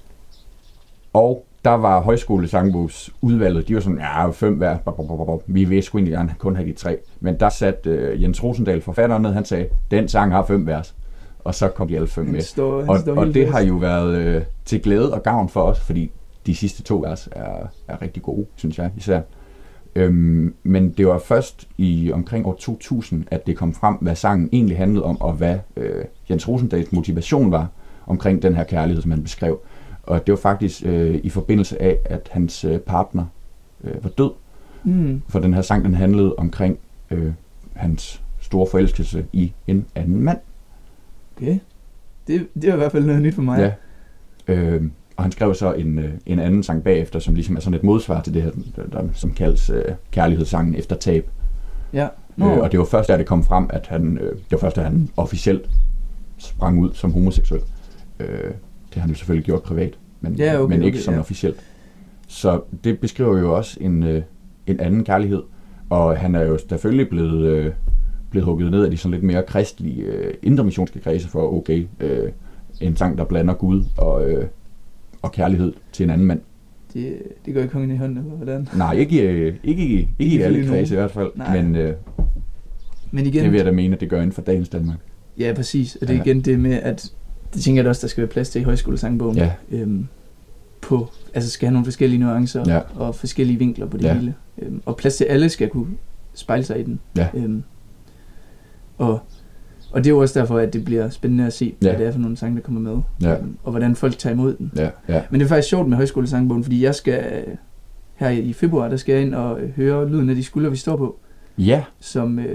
Og der var Højskolesangbogs udvalget, de var sådan, ja, fem hver, vi vil sgu egentlig gerne kun have de tre. Men der satte øh, Jens Rosendal, forfatteren, ned, han sagde, den sang har fem vers. Og så kom de alle fem Han med. står, han Og, står og helt det fast. har jo været øh, til glæde og gavn for os, fordi de sidste to vers er, er rigtig gode, synes jeg især. Øhm, men det var først i omkring år to tusind, at det kom frem, hvad sangen egentlig handlede om, og hvad øh, Jens Rosendals motivation var omkring den her kærlighed, som han beskrev. Og det var faktisk øh, i forbindelse af, at hans øh, partner øh, var død. Mm. For den her sang, den handlede omkring øh, hans store forelskelse i en anden mand. Okay. Det, det var i hvert fald noget nyt for mig. Ja. Øh, og han skrev så en, øh, en anden sang bagefter, som ligesom er sådan et modsvar til det her, der, der, som kaldes øh, kærlighedssangen efter tab. Ja. Øh, og det var først, da det kom frem, at han, øh, det var først, da han officielt sprang ud som homoseksuel. Øh, det har han jo selvfølgelig gjort privat, men, Ja, okay, men ikke okay, sådan ja. officielt. Så det beskriver jo også en, øh, en anden kærlighed. Og han er jo selvfølgelig blevet, øh, blevet hugget ned af de sådan lidt mere kristelige, øh, indremissionske kredse for, okay, øh, en sang, der blander Gud og, øh, og kærlighed til en anden mand. Det, det går ikke kongen i hånden, eller hvordan? Nej, ikke, øh, ikke, ikke, ikke i alle Ifølge kredse i nogen. hvert fald, Nej. men øh, Men igen, det vil jeg da mene, at det gør inden for dagens Danmark. ja præcis, og det er Ja. igen det med, at det tænker jeg da også, der skal være plads til i højskolesangbogen. Ja. Øhm, på, altså skal have nogle forskellige nuancer Ja. og forskellige vinkler på det Ja. hele. Øhm, og plads til alle skal kunne spejle sig i den. Ja. Øhm, og, og det er jo også derfor, at det bliver spændende at se, Ja. hvad det er for nogle sange, der kommer med. Ja. Øhm, og hvordan folk tager imod den. Ja, ja. Men det er faktisk sjovt med højskolesangbogen, fordi jeg skal her i februar, der skal jeg ind og høre lyden af de skuldre, vi står på, Ja, som, øh,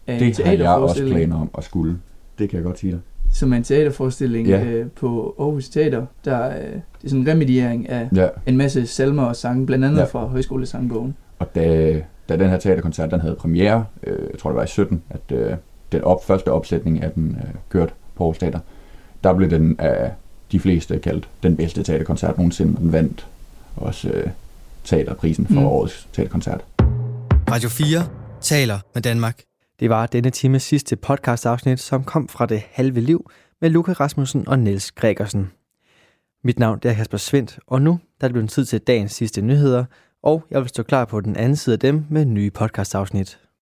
af en Det har jeg også teaterforestilling. planer om at skulle. Det kan jeg godt sige dig. Som er en teaterforestilling Ja. øh, på Aarhus Teater. Der, øh, det er sådan en remediering af Ja, en masse salmer og sange, blandt andet Ja. fra Højskolesangbogen. og da, da den her teaterkoncert, den havde premiere, øh, jeg tror det var i sytten, at øh, den op, første opsætning af den øh, kørte på Aarhus Teater, der blev den af de fleste kaldt den bedste teaterkoncert nogensinde, og den vandt også øh, teaterprisen for Mm. årets teaterkoncert. Radio fire taler med Danmark. Det var denne times sidste podcast-afsnit, som kom fra Det Halve Liv med Luca Rasmussen og Niels Gregersen. Mit navn det er Kasper Svendt, og nu der er det blevet tid til dagens sidste nyheder, og jeg vil stå klar på den anden side af dem med nye podcast-afsnit.